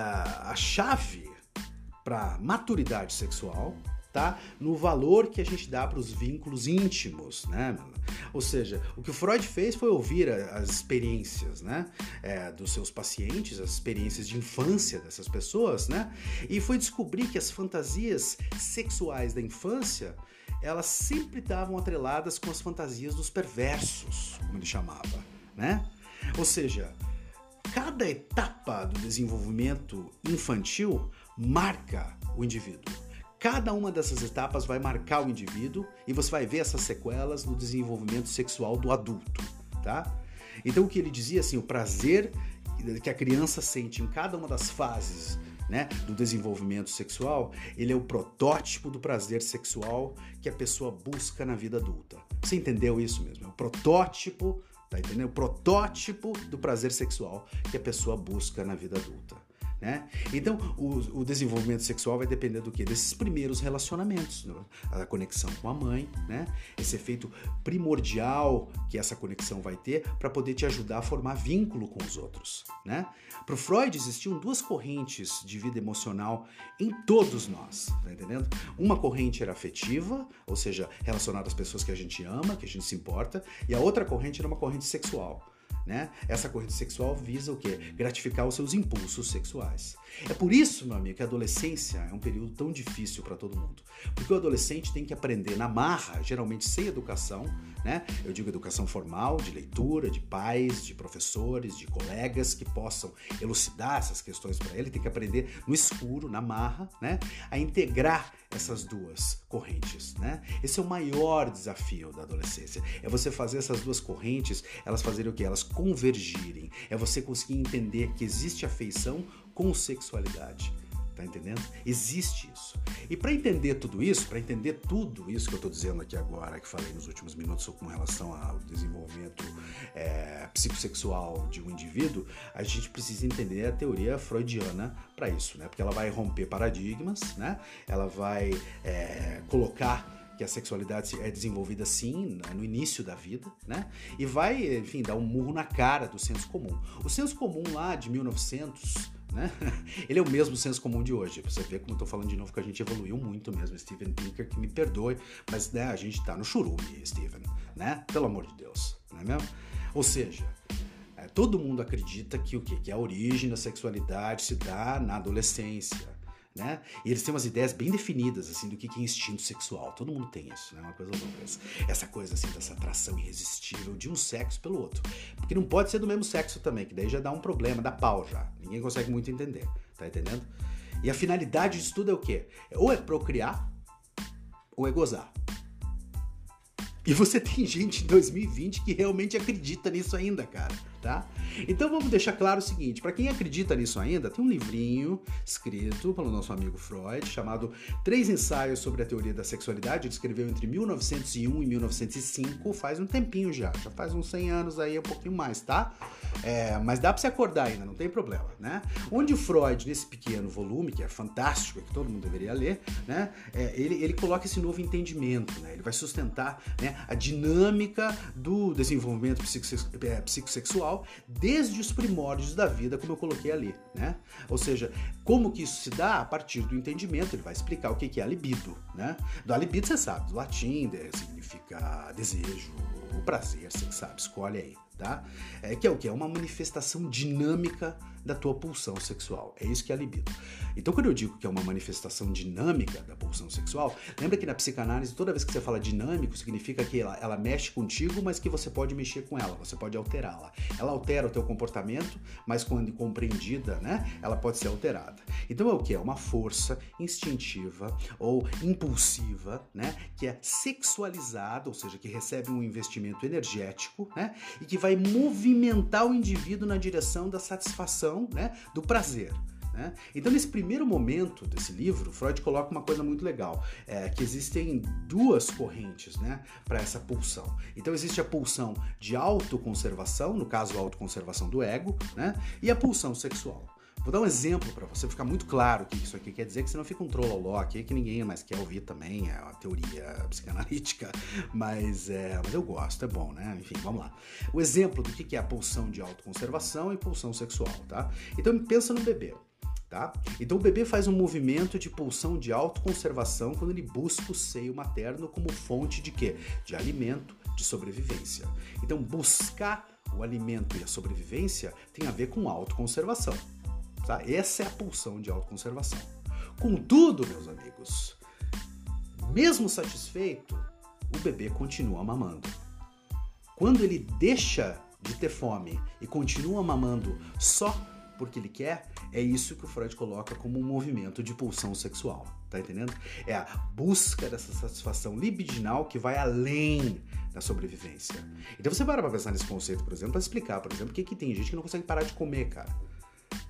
a chave para maturidade sexual tá no valor que a gente dá para os vínculos íntimos, né? Ou seja, o que o Freud fez foi ouvir as experiências, né, é, dos seus pacientes, as experiências de infância dessas pessoas, né, e foi descobrir que as fantasias sexuais da infância, elas sempre estavam atreladas com as fantasias dos perversos, como ele chamava, né? Ou seja, cada etapa do desenvolvimento infantil marca o indivíduo. Cada uma dessas etapas vai marcar o indivíduo e você vai ver essas sequelas no desenvolvimento sexual do adulto, tá? Então o que ele dizia assim, o prazer que a criança sente em cada uma das fases né, do desenvolvimento sexual, ele é o protótipo do prazer sexual que a pessoa busca na vida adulta. Você entendeu isso mesmo? É o protótipo, tá entendendo? O protótipo do prazer sexual que a pessoa busca na vida adulta. Né? Então, o, o desenvolvimento sexual vai depender do quê? Desses primeiros relacionamentos, né? A conexão com a mãe, né? Esse efeito primordial que essa conexão vai ter para poder te ajudar a formar vínculo com os outros, né? Para o Freud existiam duas correntes de vida emocional em todos nós, tá entendendo? Uma corrente era afetiva, ou seja, relacionada às pessoas que a gente ama, que a gente se importa, e a outra corrente era uma corrente sexual. Né? Essa corrente sexual visa o quê? Gratificar os seus impulsos sexuais. É por isso, meu amigo, que a adolescência é um período tão difícil para todo mundo. Porque o adolescente tem que aprender na marra, geralmente sem educação, né? Eu digo educação formal, de leitura, de pais, de professores, de colegas que possam elucidar essas questões para ele. Tem que aprender no escuro, na marra, né? A integrar essas duas correntes, né? Esse é o maior desafio da adolescência. É você fazer essas duas correntes, elas fazerem o quê? Elas convergirem. É você conseguir entender que existe afeição com sexualidade. Tá entendendo? Existe isso. E para entender tudo isso, para entender tudo isso que eu estou dizendo aqui agora, que falei nos últimos minutos com relação ao desenvolvimento é, psicossexual de um indivíduo, a gente precisa entender a teoria freudiana para isso, né? Porque ela vai romper paradigmas, né? Ela vai é, colocar que a sexualidade é desenvolvida sim no início da vida, né? E vai, enfim, dar um murro na cara do senso comum. O senso comum lá de mil e novecentos, né? Ele é o mesmo senso comum de hoje. Você vê como eu tô falando de novo que a gente evoluiu muito mesmo. Steven Pinker, que me perdoe, mas né, a gente tá no churume, Steven, né? Pelo amor de Deus, não é mesmo? Ou seja, é, todo mundo acredita que o quê? Que a origem da sexualidade se dá na adolescência. Né? E eles têm umas ideias bem definidas assim do que é instinto sexual. Todo mundo tem isso, né? Uma coisa louca. Essa coisa assim dessa atração irresistível de um sexo pelo outro. Porque não pode ser do mesmo sexo também, que daí já dá um problema, dá pau já. Ninguém consegue muito entender, tá entendendo? E a finalidade disso tudo é o quê? Ou é procriar, ou é gozar. E você tem gente em dois mil e vinte que realmente acredita nisso ainda, cara, tá? Então vamos deixar claro o seguinte, para quem acredita nisso ainda, tem um livrinho escrito pelo nosso amigo Freud, chamado Três Ensaios sobre a Teoria da Sexualidade. Ele escreveu entre mil novecentos e um e mil novecentos e cinco, faz um tempinho já, já faz uns cem anos aí, um pouquinho mais, tá? É, mas dá pra você acordar ainda, não tem problema, né? Onde o Freud, nesse pequeno volume, que é fantástico, que todo mundo deveria ler, né? É, ele, ele coloca esse novo entendimento, né? Ele vai sustentar, né, a dinâmica do desenvolvimento psicossexual desde os primórdios da vida, como eu coloquei ali, né? Ou seja, como que isso se dá a partir do entendimento. Ele vai explicar o que é a libido, né? Do libido você sabe, do latim significa desejo, o prazer, você sabe, escolhe aí, tá? É, que é o que? É uma manifestação dinâmica da tua pulsão sexual. É isso que é a libido. Então, quando eu digo que é uma manifestação dinâmica da pulsão sexual, lembra que na psicanálise, toda vez que você fala dinâmico, significa que ela, ela mexe contigo, mas que você pode mexer com ela, você pode alterá-la. Ela altera o teu comportamento, mas quando compreendida, né, ela pode ser alterada. Então, é o que? É uma força instintiva ou impulsiva, né, que é sexualizada, ou seja, que recebe um investimento energético, né, e que vai movimentar o indivíduo na direção da satisfação, né, do prazer. Né? Então, nesse primeiro momento desse livro, Freud coloca uma coisa muito legal, é, que existem duas correntes, né, para essa pulsão. Então, existe a pulsão de autoconservação, no caso, a autoconservação do ego, né, e a pulsão sexual. Vou dar um exemplo para você ficar muito claro o que isso aqui quer dizer, que senão fica um trolloló aqui que ninguém mais quer ouvir também, é uma teoria psicanalítica, mas, é, mas eu gosto, é bom, né? Enfim, vamos lá. O exemplo do que é a pulsão de autoconservação e pulsão sexual, tá? Então, pensa no bebê. Tá? Então o bebê faz um movimento de pulsão de autoconservação quando ele busca o seio materno como fonte de quê? De alimento, de sobrevivência. Então buscar o alimento e a sobrevivência tem a ver com autoconservação. Tá? Essa é a pulsão de autoconservação. Contudo, meus amigos, mesmo satisfeito, o bebê continua mamando. Quando ele deixa de ter fome e continua mamando só porque ele quer, é isso que o Freud coloca como um movimento de pulsão sexual, tá entendendo? É a busca dessa satisfação libidinal que vai além da sobrevivência. Então você para pra pensar nesse conceito, por exemplo, para explicar, por exemplo, que, que tem gente que não consegue parar de comer, cara.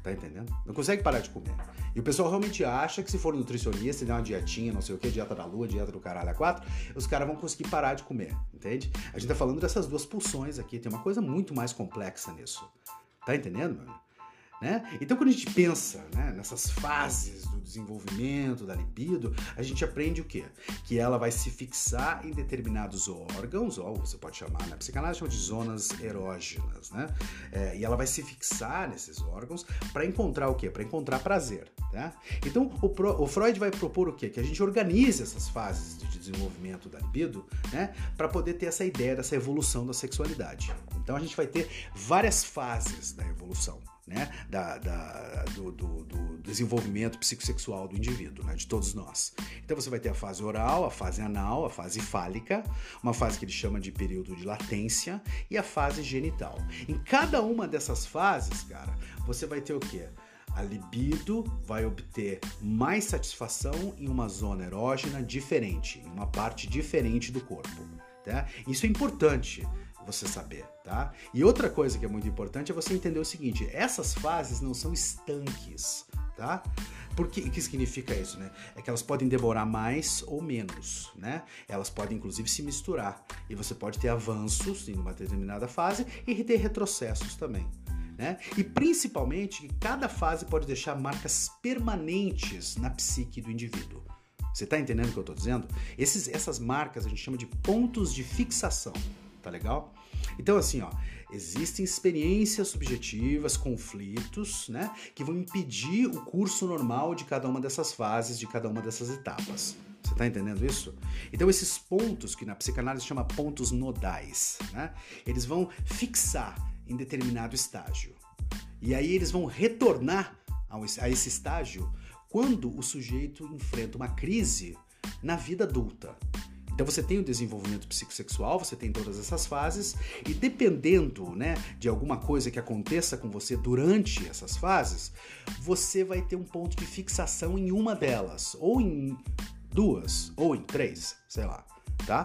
Tá entendendo? Não consegue parar de comer. E o pessoal realmente acha que se for nutricionista, der uma dietinha, não sei o que, dieta da lua, dieta do caralho a quatro, os caras vão conseguir parar de comer, entende? A gente tá falando dessas duas pulsões aqui, tem uma coisa muito mais complexa nisso. Tá entendendo, meu amigo? Né? Então, quando a gente pensa, né, nessas fases do desenvolvimento da libido, a gente aprende o quê? Que ela vai se fixar em determinados órgãos, ou você pode chamar, na psicanálise chama de zonas erógenas, né? É, e ela vai se fixar nesses órgãos para encontrar o quê? Para encontrar prazer, tá? Então, o, Pro, o Freud vai propor o quê? Que a gente organize essas fases de desenvolvimento da libido, né, para poder ter essa ideia dessa evolução da sexualidade. Então, a gente vai ter várias fases da evolução. Né, da, da, do, do, do desenvolvimento psicossexual do indivíduo, né, de todos nós. Então você vai ter a fase oral, a fase anal, a fase fálica, uma fase que ele chama de período de latência e a fase genital. Em cada uma dessas fases, cara, você vai ter o quê? A libido vai obter mais satisfação em uma zona erógena diferente, em uma parte diferente do corpo. Tá? Isso é importante você saber, tá? E outra coisa que é muito importante é você entender o seguinte: essas fases não são estanques, tá? Porque, o que significa isso, né? É que elas podem demorar mais ou menos, né? Elas podem, inclusive, se misturar. E você pode ter avanços em uma determinada fase e ter retrocessos também, né? E, principalmente, cada fase pode deixar marcas permanentes na psique do indivíduo. Você tá entendendo o que eu tô dizendo? Esses, essas marcas a gente chama de pontos de fixação. Tá legal? Então, assim, ó, existem experiências subjetivas, conflitos, né, que vão impedir o curso normal de cada uma dessas fases, de cada uma dessas etapas. Você tá entendendo isso? Então, esses pontos, que na psicanálise chama pontos nodais, né, eles vão fixar em determinado estágio. E aí eles vão retornar a esse estágio quando o sujeito enfrenta uma crise na vida adulta. Então você tem o desenvolvimento psicossexual, você tem todas essas fases, e dependendo, né, de alguma coisa que aconteça com você durante essas fases, você vai ter um ponto de fixação em uma delas, ou em duas, ou em três, sei lá, tá?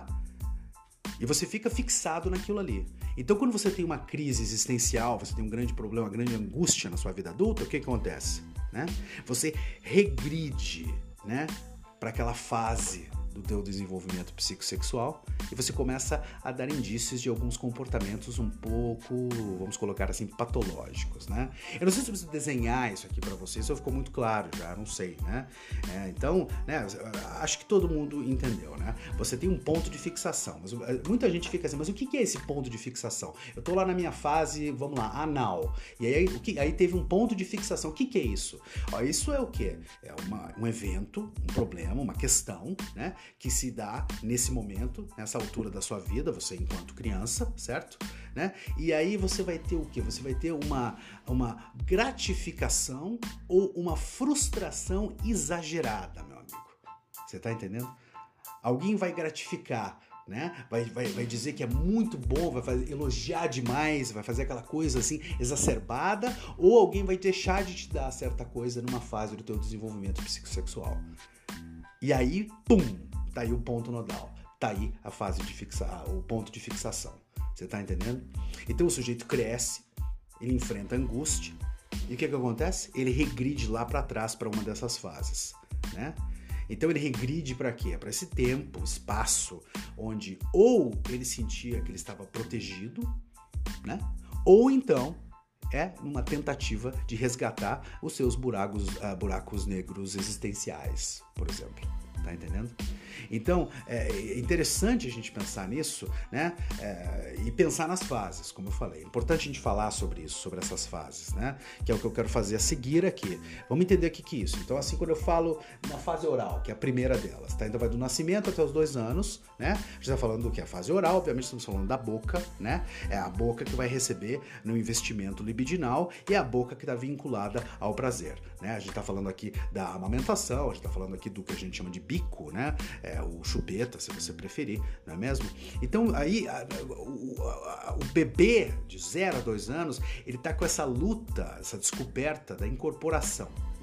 E você fica fixado naquilo ali. Então quando você tem uma crise existencial, você tem um grande problema, uma grande angústia na sua vida adulta, o que, que acontece? Né? Você regride, né, para aquela fase do teu desenvolvimento psicossexual e você começa a dar indícios de alguns comportamentos um pouco, vamos colocar assim, patológicos, né? Eu não sei se eu preciso desenhar isso aqui para vocês, se ficou muito claro já, não sei, né? É, então, né, acho que todo mundo entendeu, né? Você tem um ponto de fixação, mas muita gente fica assim, mas o que é esse ponto de fixação? Eu tô lá na minha fase, vamos lá, anal, e aí, o que, aí teve um ponto de fixação, o que que é isso? Ó, isso é o quê? É uma, um evento, um problema, uma questão, né, que se dá nesse momento, nessa altura da sua vida, você enquanto criança, certo? Né? E aí você vai ter o quê? Você vai ter uma, uma gratificação ou uma frustração exagerada, meu amigo. Você tá entendendo? Alguém vai gratificar, né? Vai, vai, vai dizer que é muito bom, vai fazer, elogiar demais, vai fazer aquela coisa assim exacerbada, ou alguém vai deixar de te dar certa coisa numa fase do teu desenvolvimento psicossexual. E aí, pum, tá aí o ponto nodal, tá aí a fase de fixar, o ponto de fixação. Você tá entendendo? Então o sujeito cresce, ele enfrenta angústia, e o que que acontece? Ele regride lá para trás para uma dessas fases, né? Então ele regride para quê? Para esse tempo, espaço, onde ou ele sentia que ele estava protegido, né? Ou então é uma tentativa de resgatar os seus buracos, uh, buracos negros existenciais, por exemplo. Tá entendendo? Então, é interessante a gente pensar nisso, né? É, e pensar nas fases, como eu falei. É importante a gente falar sobre isso, sobre essas fases, né? Que é o que eu quero fazer a seguir aqui. Vamos entender o que que é isso. Então, assim, quando eu falo na fase oral, que é a primeira delas, tá? Então vai do nascimento até os dois anos, né? A gente tá falando do que? A fase oral, obviamente estamos falando da boca, né? É a boca que vai receber no investimento libidinal e é a boca que está vinculada ao prazer, né? A gente tá falando aqui da amamentação, a gente tá falando aqui do que a gente chama de bico, né? É, o chupeta, se você preferir, não é mesmo? Então, aí, a, o, a, o bebê de zero a dois anos, ele tá com essa luta, essa descoberta da incorporação,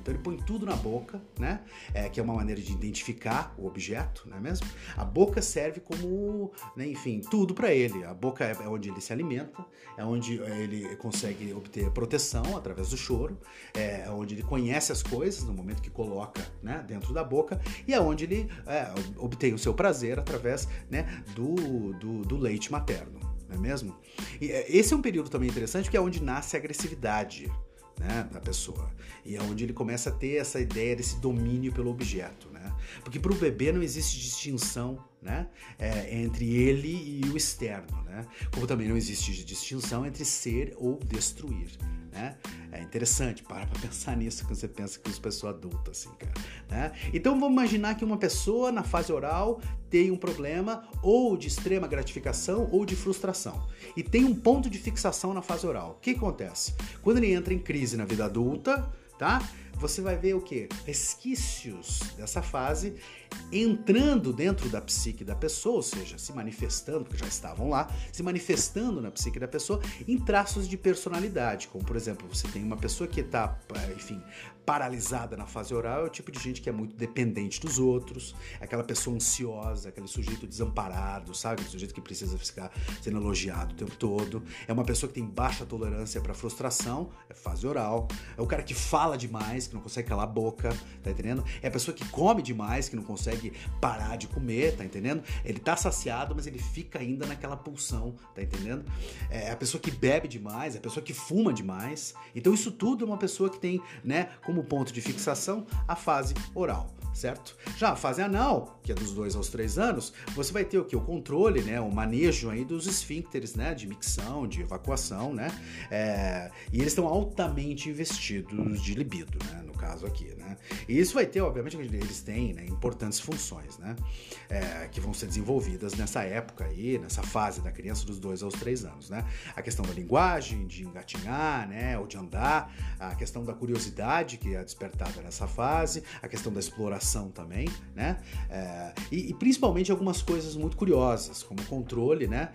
Então ele põe tudo na boca, né? É, que é uma maneira de identificar o objeto, não é mesmo? A boca serve como, né, enfim, tudo para ele. A boca é onde ele se alimenta, é onde ele consegue obter proteção através do choro, é onde ele conhece as coisas no momento que coloca, né, dentro da boca, e é onde ele é, obtém o seu prazer através, né, do, do, do leite materno, não é mesmo? E esse é um período também interessante, porque é onde nasce a agressividade, né, da pessoa, e é onde ele começa a ter essa ideia desse domínio pelo objeto, né? Porque para o bebê não existe distinção, né, é, entre ele e o externo, né? Como também não existe distinção entre ser ou destruir, né? É interessante, para pra pensar nisso quando você pensa que as pessoas adultas, assim, cara, né? Então vamos imaginar que uma pessoa na fase oral tem um problema ou de extrema gratificação ou de frustração e tem um ponto de fixação na fase oral. O que acontece? Quando ele entra em crise na vida adulta, tá? Você vai ver o quê? Resquícios dessa fase entrando dentro da psique da pessoa, ou seja, se manifestando, porque já estavam lá, se manifestando na psique da pessoa em traços de personalidade, como por exemplo, você tem uma pessoa que está, enfim, paralisada na fase oral, é o tipo de gente que é muito dependente dos outros, é aquela pessoa ansiosa, aquele sujeito desamparado, sabe? Aquele sujeito que precisa ficar sendo elogiado o tempo todo, é uma pessoa que tem baixa tolerância para frustração, é fase oral, é o cara que fala demais, que não consegue calar a boca, tá entendendo? É a pessoa que come demais, que não consegue parar de comer, tá entendendo? Ele tá saciado, mas ele fica ainda naquela pulsão, tá entendendo? É a pessoa que bebe demais, é a pessoa que fuma demais. Então isso tudo é uma pessoa que tem, né, como ponto de fixação a fase oral, certo? Já a fase anal, que é dos dois aos três anos, você vai ter o que? O controle, né? O manejo aí dos esfíncteres, né? De micção, de evacuação, né? É... E eles estão altamente investidos de libido, né? No caso aqui, né? E isso vai ter, obviamente, eles têm, né, importantes funções, né? É... Que vão ser desenvolvidas nessa época aí, nessa fase da criança dos dois aos três anos, né? A questão da linguagem, de engatinhar, né? Ou de andar, a questão da curiosidade, que é despertada nessa fase, a questão da exploração também, né? É, e, e principalmente algumas coisas muito curiosas, como o controle, né?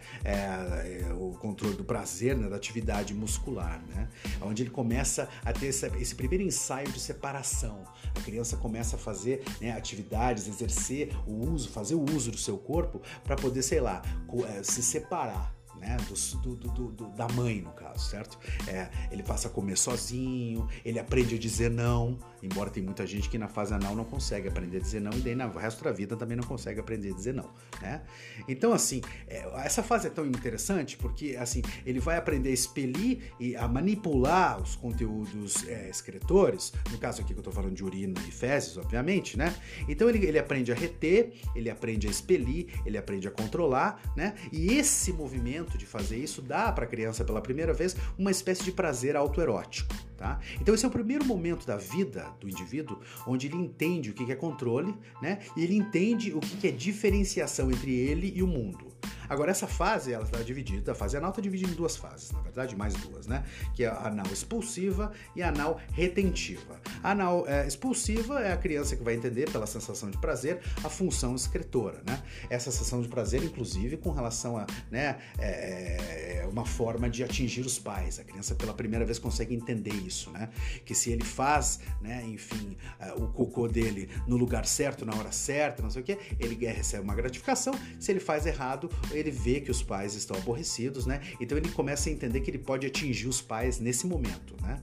É, é, o controle do prazer, né? Da atividade muscular, né? Onde ele começa a ter esse, esse primeiro ensaio de separação. A criança começa a fazer, né, atividades, exercer o uso, fazer o uso do seu corpo para poder, sei lá, se separar, né, do, do, do, da mãe, no caso, certo? É, ele passa a comer sozinho, ele aprende a dizer não, embora tem muita gente que na fase anal não consegue aprender a dizer não, e daí no resto da vida também não consegue aprender a dizer não, né? Então, assim, é, essa fase é tão interessante porque, assim, ele vai aprender a expelir e a manipular os conteúdos é, excretores, no caso aqui que eu tô falando de urina e fezes, obviamente, né? Então ele, ele aprende a reter, ele aprende a expelir, ele aprende a controlar, né? E esse movimento de fazer isso dá para a criança pela primeira vez uma espécie de prazer autoerótico, tá? Então esse é o primeiro momento da vida do indivíduo onde ele entende o que é controle, né? E ele entende o que é diferenciação entre ele e o mundo. Agora, essa fase, ela está dividida, a fase anal está dividida em duas fases, na verdade, mais duas, né? Que é a anal expulsiva e a anal retentiva. A anal é, expulsiva é a criança que vai entender, pela sensação de prazer, a função excretora, né? Essa sensação de prazer, inclusive, com relação a, né, é, é uma forma de atingir os pais. A criança, pela primeira vez, consegue entender isso, né? Que se ele faz, né, enfim, o cocô dele no lugar certo, na hora certa, não sei o quê, ele recebe uma gratificação. Se ele faz errado, ele vê que os pais estão aborrecidos, né? Então ele começa a entender que ele pode atingir os pais nesse momento, né?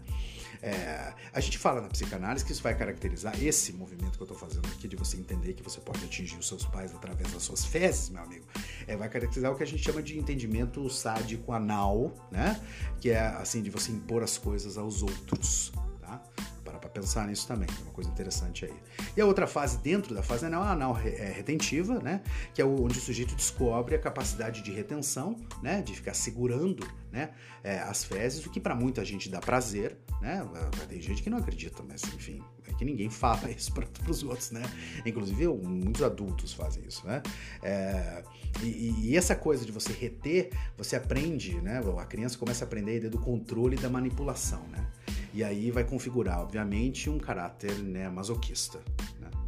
É, a gente fala na psicanálise que isso vai caracterizar esse movimento que eu tô fazendo aqui, de você entender que você pode atingir os seus pais através das suas fezes, meu amigo, é, vai caracterizar o que a gente chama de entendimento sádico anal, né? Que é assim, de você impor as coisas aos outros, tá? Para pra pensar nisso também, é uma coisa interessante aí. E a outra fase dentro da fase anal é a anal retentiva, né? Que é onde o sujeito descobre a capacidade de retenção, né? De ficar segurando, né, é, as fezes, o que para muita gente dá prazer, né? Tem gente que não acredita, mas enfim, é que ninguém fala isso para os outros, né? Inclusive muitos adultos fazem isso, né? É, e, e essa coisa de você reter, você aprende, né? A criança começa a aprender a ideia do controle e da manipulação, né? E aí vai configurar, obviamente, um caráter, né, masoquista, né,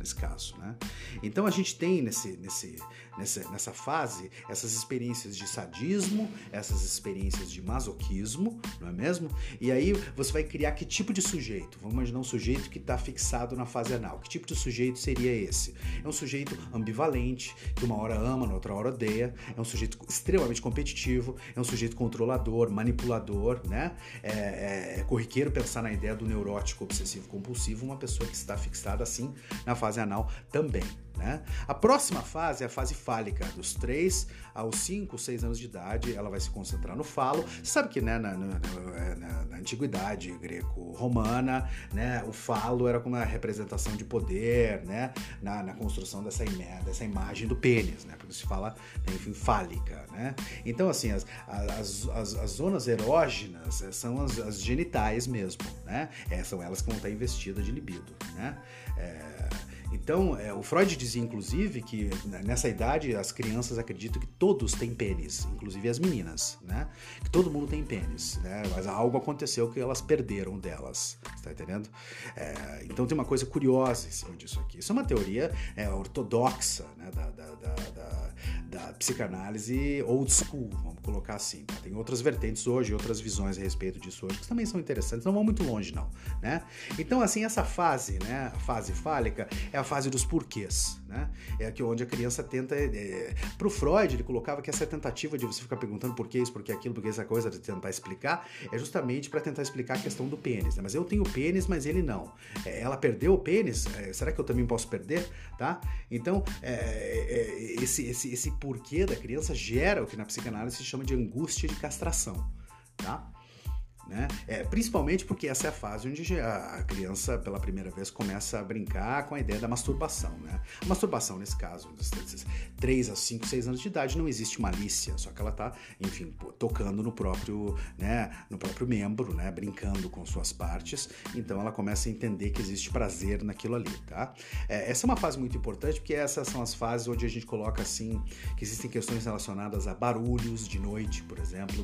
nesse caso, né? Então a gente tem nesse, nesse, nessa, nessa fase essas experiências de sadismo, essas experiências de masoquismo, não é mesmo? E aí você vai criar que tipo de sujeito? Vamos imaginar um sujeito que está fixado na fase anal. Que tipo de sujeito seria esse? É um sujeito ambivalente, que uma hora ama, na outra hora odeia, é um sujeito extremamente competitivo, é um sujeito controlador, manipulador, né? É, é, é corriqueiro pensar na ideia do neurótico obsessivo compulsivo, uma pessoa que está fixada assim na fase anal também, né? A próxima fase é a fase fálica, dos três aos cinco, seis anos de idade, ela vai se concentrar no falo. Você sabe que, né, na, na, na, na antiguidade greco-romana, né, o falo era como uma representação de poder, né, na, na construção dessa, dessa imagem do pênis, né, porque se fala, enfim, fálica, né? Então, assim, as, as, as, as zonas erógenas são as, as genitais mesmo, né? É, são elas que vão estar investidas de libido, né? É... Então, é, o Freud dizia, inclusive, que nessa idade as crianças acreditam que todos têm pênis, inclusive as meninas, né? Que todo mundo tem pênis, né? Mas algo aconteceu que elas perderam delas, você tá entendendo? É, então tem uma coisa curiosa em cima disso aqui. Isso é uma teoria é, ortodoxa, né? da, da, da, da, da psicanálise old school, vamos colocar assim. Tá? Tem outras vertentes hoje, outras visões a respeito disso hoje, que também são interessantes, não vão muito longe não, né? Então, assim, essa fase, né? A fase fálica é a fase dos porquês, né? É aqui onde a criança tenta... É... Pro Freud, ele colocava que essa tentativa de você ficar perguntando por que isso, por que aquilo, por que essa coisa, de tentar explicar, é justamente para tentar explicar a questão do pênis, né? Mas eu tenho pênis, mas ele não. É, ela perdeu o pênis, é, será que eu também posso perder? Tá? Então, é, é, esse, esse, esse porquê da criança gera o que na psicanálise se chama de angústia de castração, tá? Né? É, principalmente porque essa é a fase onde a criança pela primeira vez começa a brincar com a ideia da masturbação, né? A masturbação, nesse caso, dos três a cinco, seis anos de idade, não existe malícia, só que ela está, enfim, tocando no próprio, né, no próprio membro, né, brincando com suas partes, então ela começa a entender que existe prazer naquilo ali, tá? É, essa é uma fase muito importante porque essas são as fases onde a gente coloca assim, que existem questões relacionadas a barulhos de noite, por exemplo,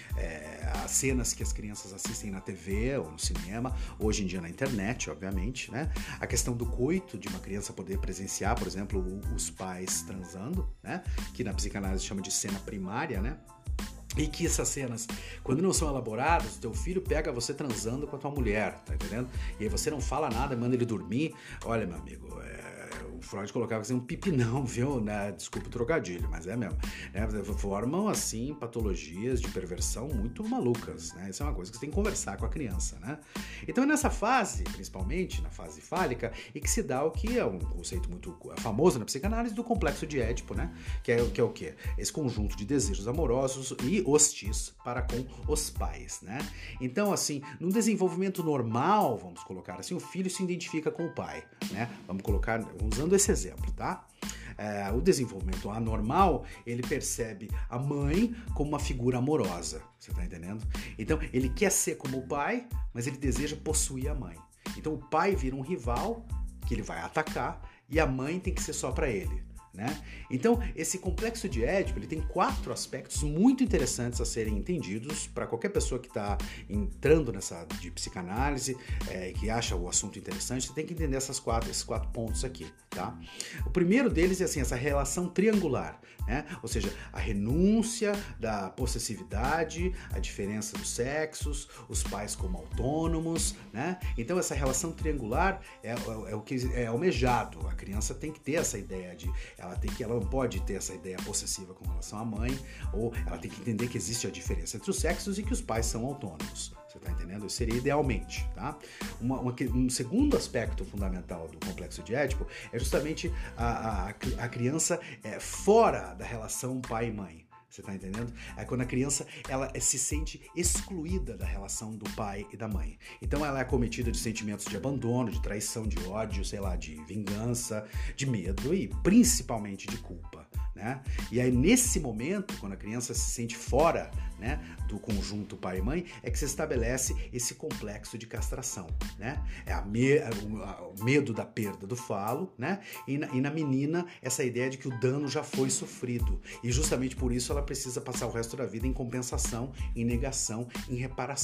é, as cenas que as crianças assistem na T V ou no cinema, hoje em dia na internet, obviamente, né? A questão do coito, de uma criança poder presenciar, por exemplo, os pais transando, né? Que na psicanálise chama de cena primária, né? E que essas cenas, quando não são elaboradas, teu filho pega você transando com a tua mulher, tá entendendo? E aí você não fala nada, manda ele dormir. Olha, meu amigo, é... Freud colocava assim um pipinão, viu? Né? Desculpa o trocadilho, mas é mesmo. Né? Formam, assim, patologias de perversão muito malucas, né? Isso é uma coisa que você tem que conversar com a criança, né? Então é nessa fase, principalmente, na fase fálica, e que se dá o que é um conceito muito famoso na psicanálise do complexo de Édipo, né? Que é, que é o quê? Esse conjunto de desejos amorosos e hostis para com os pais, né? Então, assim, no desenvolvimento normal, vamos colocar assim, o filho se identifica com o pai, né? Vamos colocar, usando esse exemplo, tá? É, o desenvolvimento anormal, ele percebe a mãe como uma figura amorosa, você tá entendendo? Então, ele quer ser como o pai, mas ele deseja possuir a mãe. Então, o pai vira um rival que ele vai atacar e a mãe tem que ser só para ele. Né? Então, esse complexo de Édipo, ele tem quatro aspectos muito interessantes a serem entendidos para qualquer pessoa que está entrando nessa de psicanálise é, e que acha o assunto interessante. Você tem que entender essas quatro, esses quatro pontos aqui, tá? O primeiro deles é assim, essa relação triangular, né? Ou seja, a renúncia da possessividade, a diferença dos sexos, os pais como autônomos, né? Então, essa relação triangular é, é, é o que é almejado. A criança tem que ter essa ideia de Ela, tem que, ela não pode ter essa ideia possessiva com relação à mãe, ou ela tem que entender que existe a diferença entre os sexos e que os pais são autônomos. Você está entendendo? Isso seria idealmente, tá? Uma, uma, um segundo aspecto fundamental do complexo de Édipo é justamente a, a, a criança é, fora da relação pai e mãe. Você tá entendendo? É quando a criança ela se sente excluída da relação do pai e da mãe. Então ela é acometida de sentimentos de abandono, de traição, de ódio, sei lá, de vingança, de medo e principalmente de culpa, né? E aí nesse momento, quando a criança se sente fora, né, do conjunto pai e mãe, é que se estabelece esse complexo de castração, né? É a me, o, o medo da perda do falo, né? E na, e na menina essa ideia de que o dano já foi sofrido e justamente por isso ela precisa passar o resto da vida em compensação, em negação, em reparação.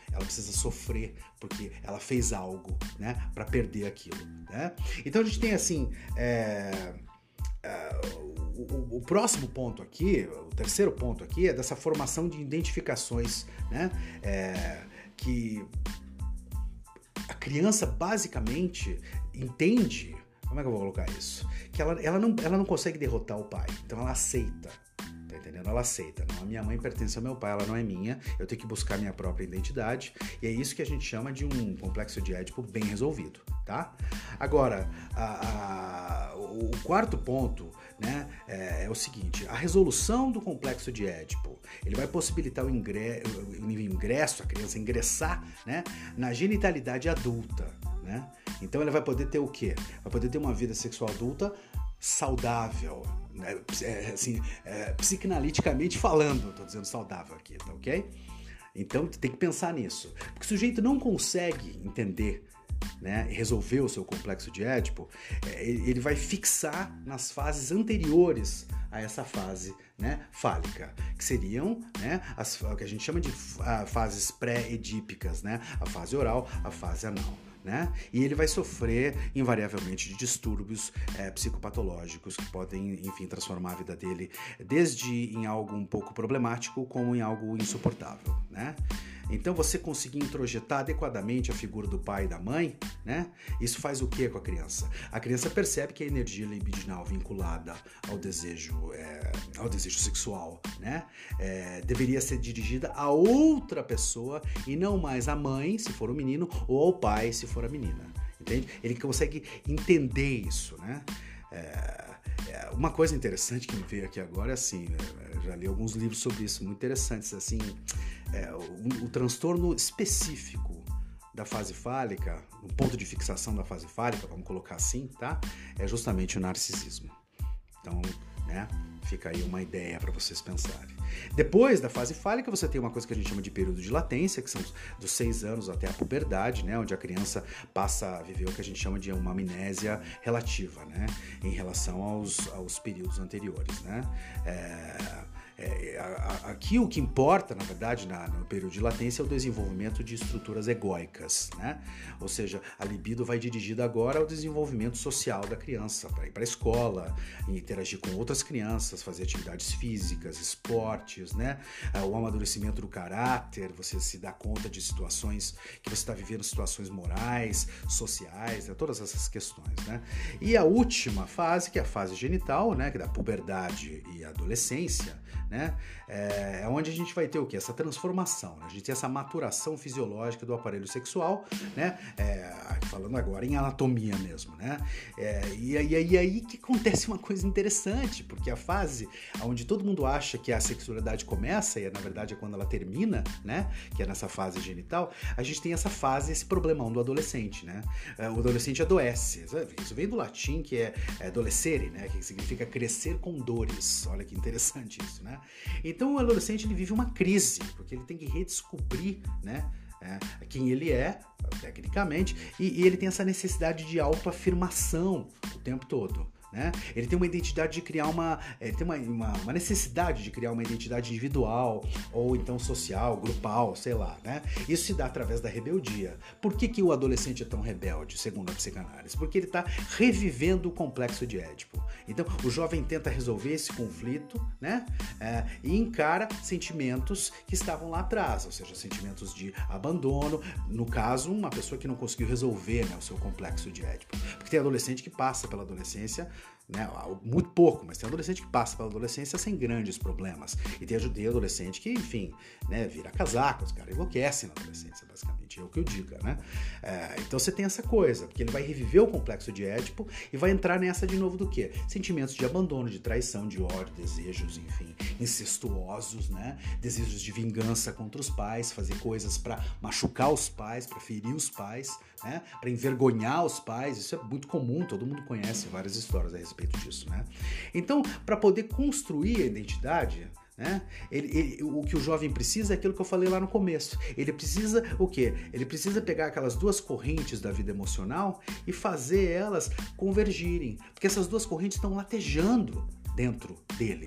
ela precisa sofrer porque ela fez algo, né, para perder aquilo, né? Então a gente tem assim, é, é, o, o próximo ponto aqui, o terceiro ponto aqui é dessa formação de identificações, né, é, que a criança basicamente entende, como é que eu vou colocar isso? Que ela, ela, não, ela não consegue derrotar o pai, então ela aceita. Tá entendendo? Ela aceita. Não, a minha mãe pertence ao meu pai, ela não é minha, eu tenho que buscar minha própria identidade, e é isso que a gente chama de um complexo de Édipo bem resolvido, tá? Agora, a, a, o quarto ponto, né, é, é o seguinte: a resolução do complexo de Édipo, ele vai possibilitar o ingresso, o ingresso, a criança ingressar, né, na genitalidade adulta, né? Então ela vai poder ter o quê? Vai poder ter uma vida sexual adulta saudável, né? É, assim, é, psicanaliticamente falando, tô dizendo saudável aqui, tá ok? Então tem que pensar nisso, porque o sujeito não consegue entender, né, resolver o seu complexo de Édipo, ele vai fixar nas fases anteriores a essa fase, né, fálica, que seriam, né, as, o que a gente chama de a, fases pré-edípicas, né, a fase oral, a fase anal. Né? E ele vai sofrer invariavelmente de distúrbios é, psicopatológicos que podem, enfim, transformar a vida dele desde em algo um pouco problemático como em algo insuportável, né? Então você conseguir introjetar adequadamente a figura do pai e da mãe, né? Isso faz o que com a criança? A criança percebe que a energia libidinal vinculada ao desejo, é, ao desejo sexual, né, é, deveria ser dirigida a outra pessoa e não mais à mãe, se for o menino, ou ao pai, se for a menina. Entende? Ele consegue entender isso, né? É, é, uma coisa interessante que me veio aqui agora é assim, eu já li alguns livros sobre isso, muito interessantes, assim, é, o, o transtorno específico da fase fálica, o ponto de fixação da fase fálica, vamos colocar assim, tá? É justamente o narcisismo. Então, né, fica aí uma ideia para vocês pensarem. Depois da fase fálica, você tem uma coisa que a gente chama de período de latência, que são dos seis anos até a puberdade, né, onde a criança passa a viver o que a gente chama de uma amnésia relativa, né, em relação aos, aos períodos anteriores, né. É... É, aqui o que importa, na verdade, na, no período de latência é o desenvolvimento de estruturas egóicas, né? Ou seja, a libido vai dirigida agora ao desenvolvimento social da criança, para ir para a escola, interagir com outras crianças, fazer atividades físicas, esportes, né? O amadurecimento do caráter, você se dá conta de situações que você está vivendo, situações morais, sociais, né? Todas essas questões, né? E a última fase, que é a fase genital, né? Que é da puberdade e adolescência, né? É, é onde a gente vai ter o quê? Essa transformação, né? A gente tem essa maturação fisiológica do aparelho sexual, né? É, falando agora em anatomia mesmo, né? É, e, e, e aí que acontece uma coisa interessante, porque a fase onde todo mundo acha que a sexualidade começa, e na verdade é quando ela termina, né? Que é nessa fase genital, a gente tem essa fase, esse problemão do adolescente, né? O adolescente adoece, isso vem do latim, que é, é adolescere, né? Que significa crescer com dores. Olha que interessante isso, né? Então o adolescente ele vive uma crise, porque ele tem que redescobrir, né, é, quem ele é, tecnicamente, e, e ele tem essa necessidade de autoafirmação o tempo todo. Né? Ele tem uma identidade de criar uma... Ele tem uma, uma, uma necessidade de criar uma identidade individual, ou então social, grupal, sei lá, né? Isso se dá através da rebeldia. Por que que o adolescente é tão rebelde, segundo a psicanálise? Porque ele está revivendo o complexo de Édipo. Então, o jovem tenta resolver esse conflito, né? É, e encara sentimentos que estavam lá atrás, ou seja, sentimentos de abandono, no caso, uma pessoa que não conseguiu resolver, né, o seu complexo de Édipo. Porque tem adolescente que passa pela adolescência, né, muito pouco, mas tem adolescente que passa pela adolescência sem grandes problemas. E tem adolescente que, enfim, né, vira casaco, os caras enlouquecem na adolescência, basicamente, é o que eu digo, né? É, então você tem essa coisa, porque ele vai reviver o complexo de Édipo e vai entrar nessa de novo do quê? Sentimentos de abandono, de traição, de ódio, desejos, enfim, incestuosos, né? Desejos de vingança contra os pais, fazer coisas para machucar os pais, para ferir os pais, né? Para envergonhar os pais. Isso é muito comum, todo mundo conhece várias histórias a respeito disso, né? Então, para poder construir a identidade, né, ele, ele, o que o jovem precisa é aquilo que eu falei lá no começo. Ele precisa o quê? Ele precisa pegar aquelas duas correntes da vida emocional e fazer elas convergirem, porque essas duas correntes estão latejando dentro dele.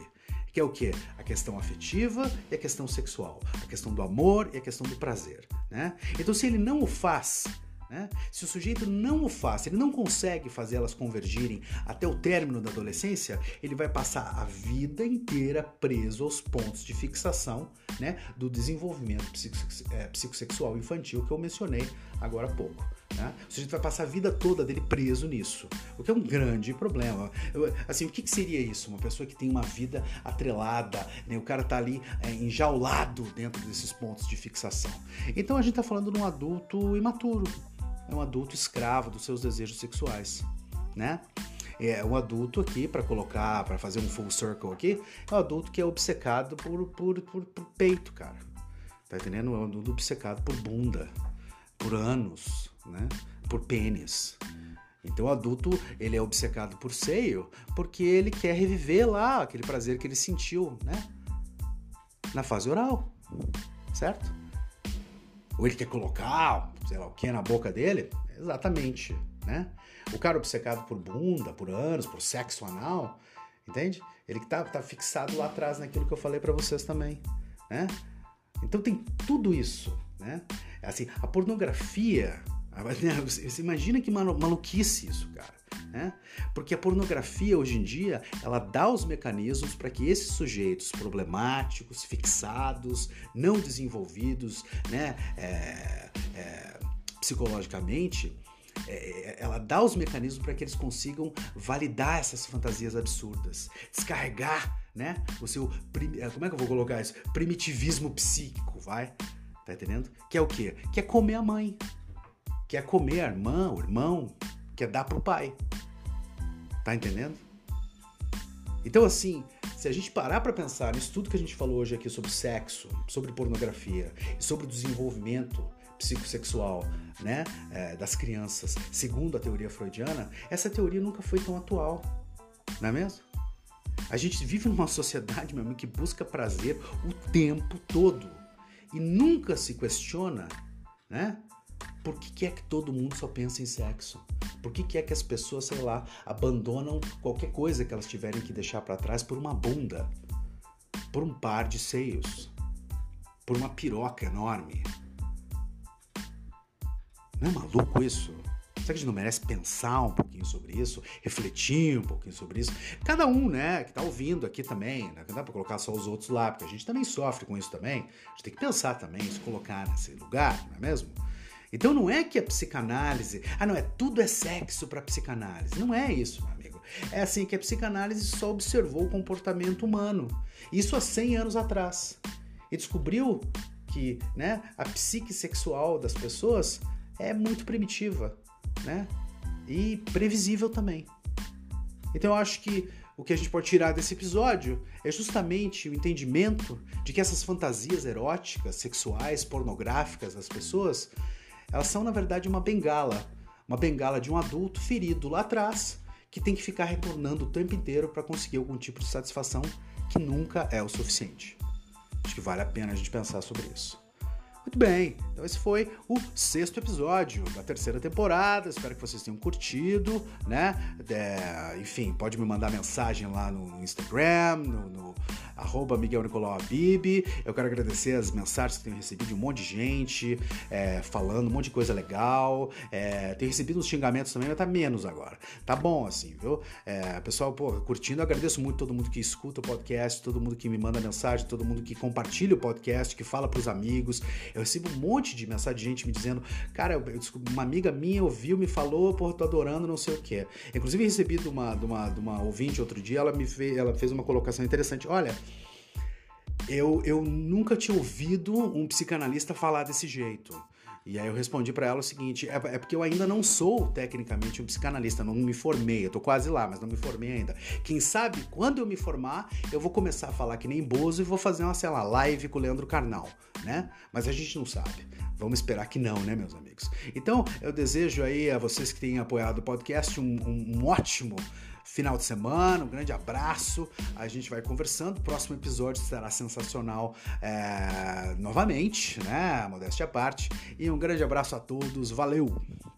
que é o quê? A questão afetiva e a questão sexual, a questão do amor e a questão do prazer, né? Então, se ele não o faz, né? Se o sujeito não o faz, se ele não consegue fazer elas convergirem até o término da adolescência, ele vai passar a vida inteira preso aos pontos de fixação, né, do desenvolvimento psicossexual infantil que eu mencionei agora há pouco. Né? O sujeito vai passar a vida toda dele preso nisso, o que é um grande problema. Eu, assim, o que, que seria isso? Uma pessoa que tem uma vida atrelada, né? O cara tá ali é, enjaulado dentro desses pontos de fixação. Então a gente tá falando de um adulto imaturo, é um adulto escravo dos seus desejos sexuais, né? É um adulto aqui, para colocar, para fazer um full circle aqui, é um adulto que é obcecado por, por, por, por peito, cara. Tá entendendo? É um adulto obcecado por bunda, por ânus, né? Por pênis. Então o adulto, ele é obcecado por seio porque ele quer reviver lá aquele prazer que ele sentiu, né? Na fase oral, certo? Ou ele quer colocar, sei lá, o que na boca dele? Exatamente, né? O cara obcecado por bunda, por ânus, por sexo anal, entende? Ele que tá, tá fixado lá atrás naquilo que eu falei pra vocês também, né? Então tem tudo isso, né? Assim, a pornografia, você imagina que maluquice isso, cara, né? Porque a pornografia hoje em dia, ela dá os mecanismos para que esses sujeitos problemáticos, fixados, não desenvolvidos, né, é, é, psicologicamente, é, ela dá os mecanismos para que eles consigam validar essas fantasias absurdas, descarregar, né, o seu, como é que eu vou colocar isso? Primitivismo psíquico, vai? Tá entendendo? Que é o quê? Que é comer a mãe, que é comer a irmã, o irmão, que é dar pro pai. Tá entendendo? Então, assim, se a gente parar pra pensar nisso tudo que a gente falou hoje aqui sobre sexo, sobre pornografia e sobre o desenvolvimento psicossexual, né, é, das crianças, segundo a teoria freudiana, essa teoria nunca foi tão atual, não é mesmo? A gente vive numa sociedade, meu amigo, que busca prazer o tempo todo e nunca se questiona, né? Por que, que é que todo mundo só pensa em sexo? Por que, que é que as pessoas, sei lá, abandonam qualquer coisa que elas tiverem que deixar pra trás por uma bunda, por um par de seios, por uma piroca enorme? Não é maluco isso? Será que a gente não merece pensar um pouquinho sobre isso? Refletir um pouquinho sobre isso? Cada um, né, que tá ouvindo aqui também, né? Não dá pra colocar só os outros lá, porque a gente também sofre com isso também. A gente tem que pensar também, se colocar nesse lugar, não é mesmo? Então não é que a psicanálise... Ah, não, é tudo é sexo pra psicanálise. Não é isso, meu amigo. É assim que a psicanálise só observou o comportamento humano. Isso há cem anos atrás. E descobriu que, né, a psique sexual das pessoas é muito primitiva, né? E previsível também. Então eu acho que o que a gente pode tirar desse episódio é justamente o entendimento de que essas fantasias eróticas, sexuais, pornográficas das pessoas... elas são, na verdade, uma bengala. Uma bengala de um adulto ferido lá atrás, que tem que ficar retornando o tempo inteiro para conseguir algum tipo de satisfação que nunca é o suficiente. Acho que vale a pena a gente pensar sobre isso. Muito bem, então esse foi o sexto episódio da terceira temporada, espero que vocês tenham curtido, né? É, enfim, pode me mandar mensagem lá no Instagram, no, no arroba Miguel Nicolau Habib. Eu quero agradecer as mensagens que tenho recebido de um monte de gente, é, falando um monte de coisa legal, é, tenho recebido uns xingamentos também, mas tá menos agora, tá bom assim, viu? É, pessoal, pô, curtindo, eu agradeço muito todo mundo que escuta o podcast, todo mundo que me manda mensagem, todo mundo que compartilha o podcast, que fala pros amigos. Eu recebo um monte de mensagem de gente me dizendo, cara, eu, eu, uma amiga minha ouviu, me falou, pô, tô adorando, não sei o quê. Inclusive, recebi de uma, de uma, de uma ouvinte outro dia, ela me fez, ela fez uma colocação interessante. Olha, eu, eu nunca tinha ouvido um psicanalista falar desse jeito. E aí eu respondi pra ela o seguinte, é, é porque eu ainda não sou tecnicamente um psicanalista, não me formei, eu tô quase lá, mas não me formei ainda. Quem sabe, quando eu me formar, eu vou começar a falar que nem Bozo e vou fazer uma, sei lá, live com o Leandro Carnal, né? Mas a gente não sabe. Vamos esperar que não, né, meus amigos? Então, eu desejo aí a vocês que têm apoiado o podcast um, um, um ótimo final de semana, um grande abraço, a gente vai conversando, o próximo episódio será sensacional é, novamente, né, modéstia à parte, e um grande abraço a todos, valeu!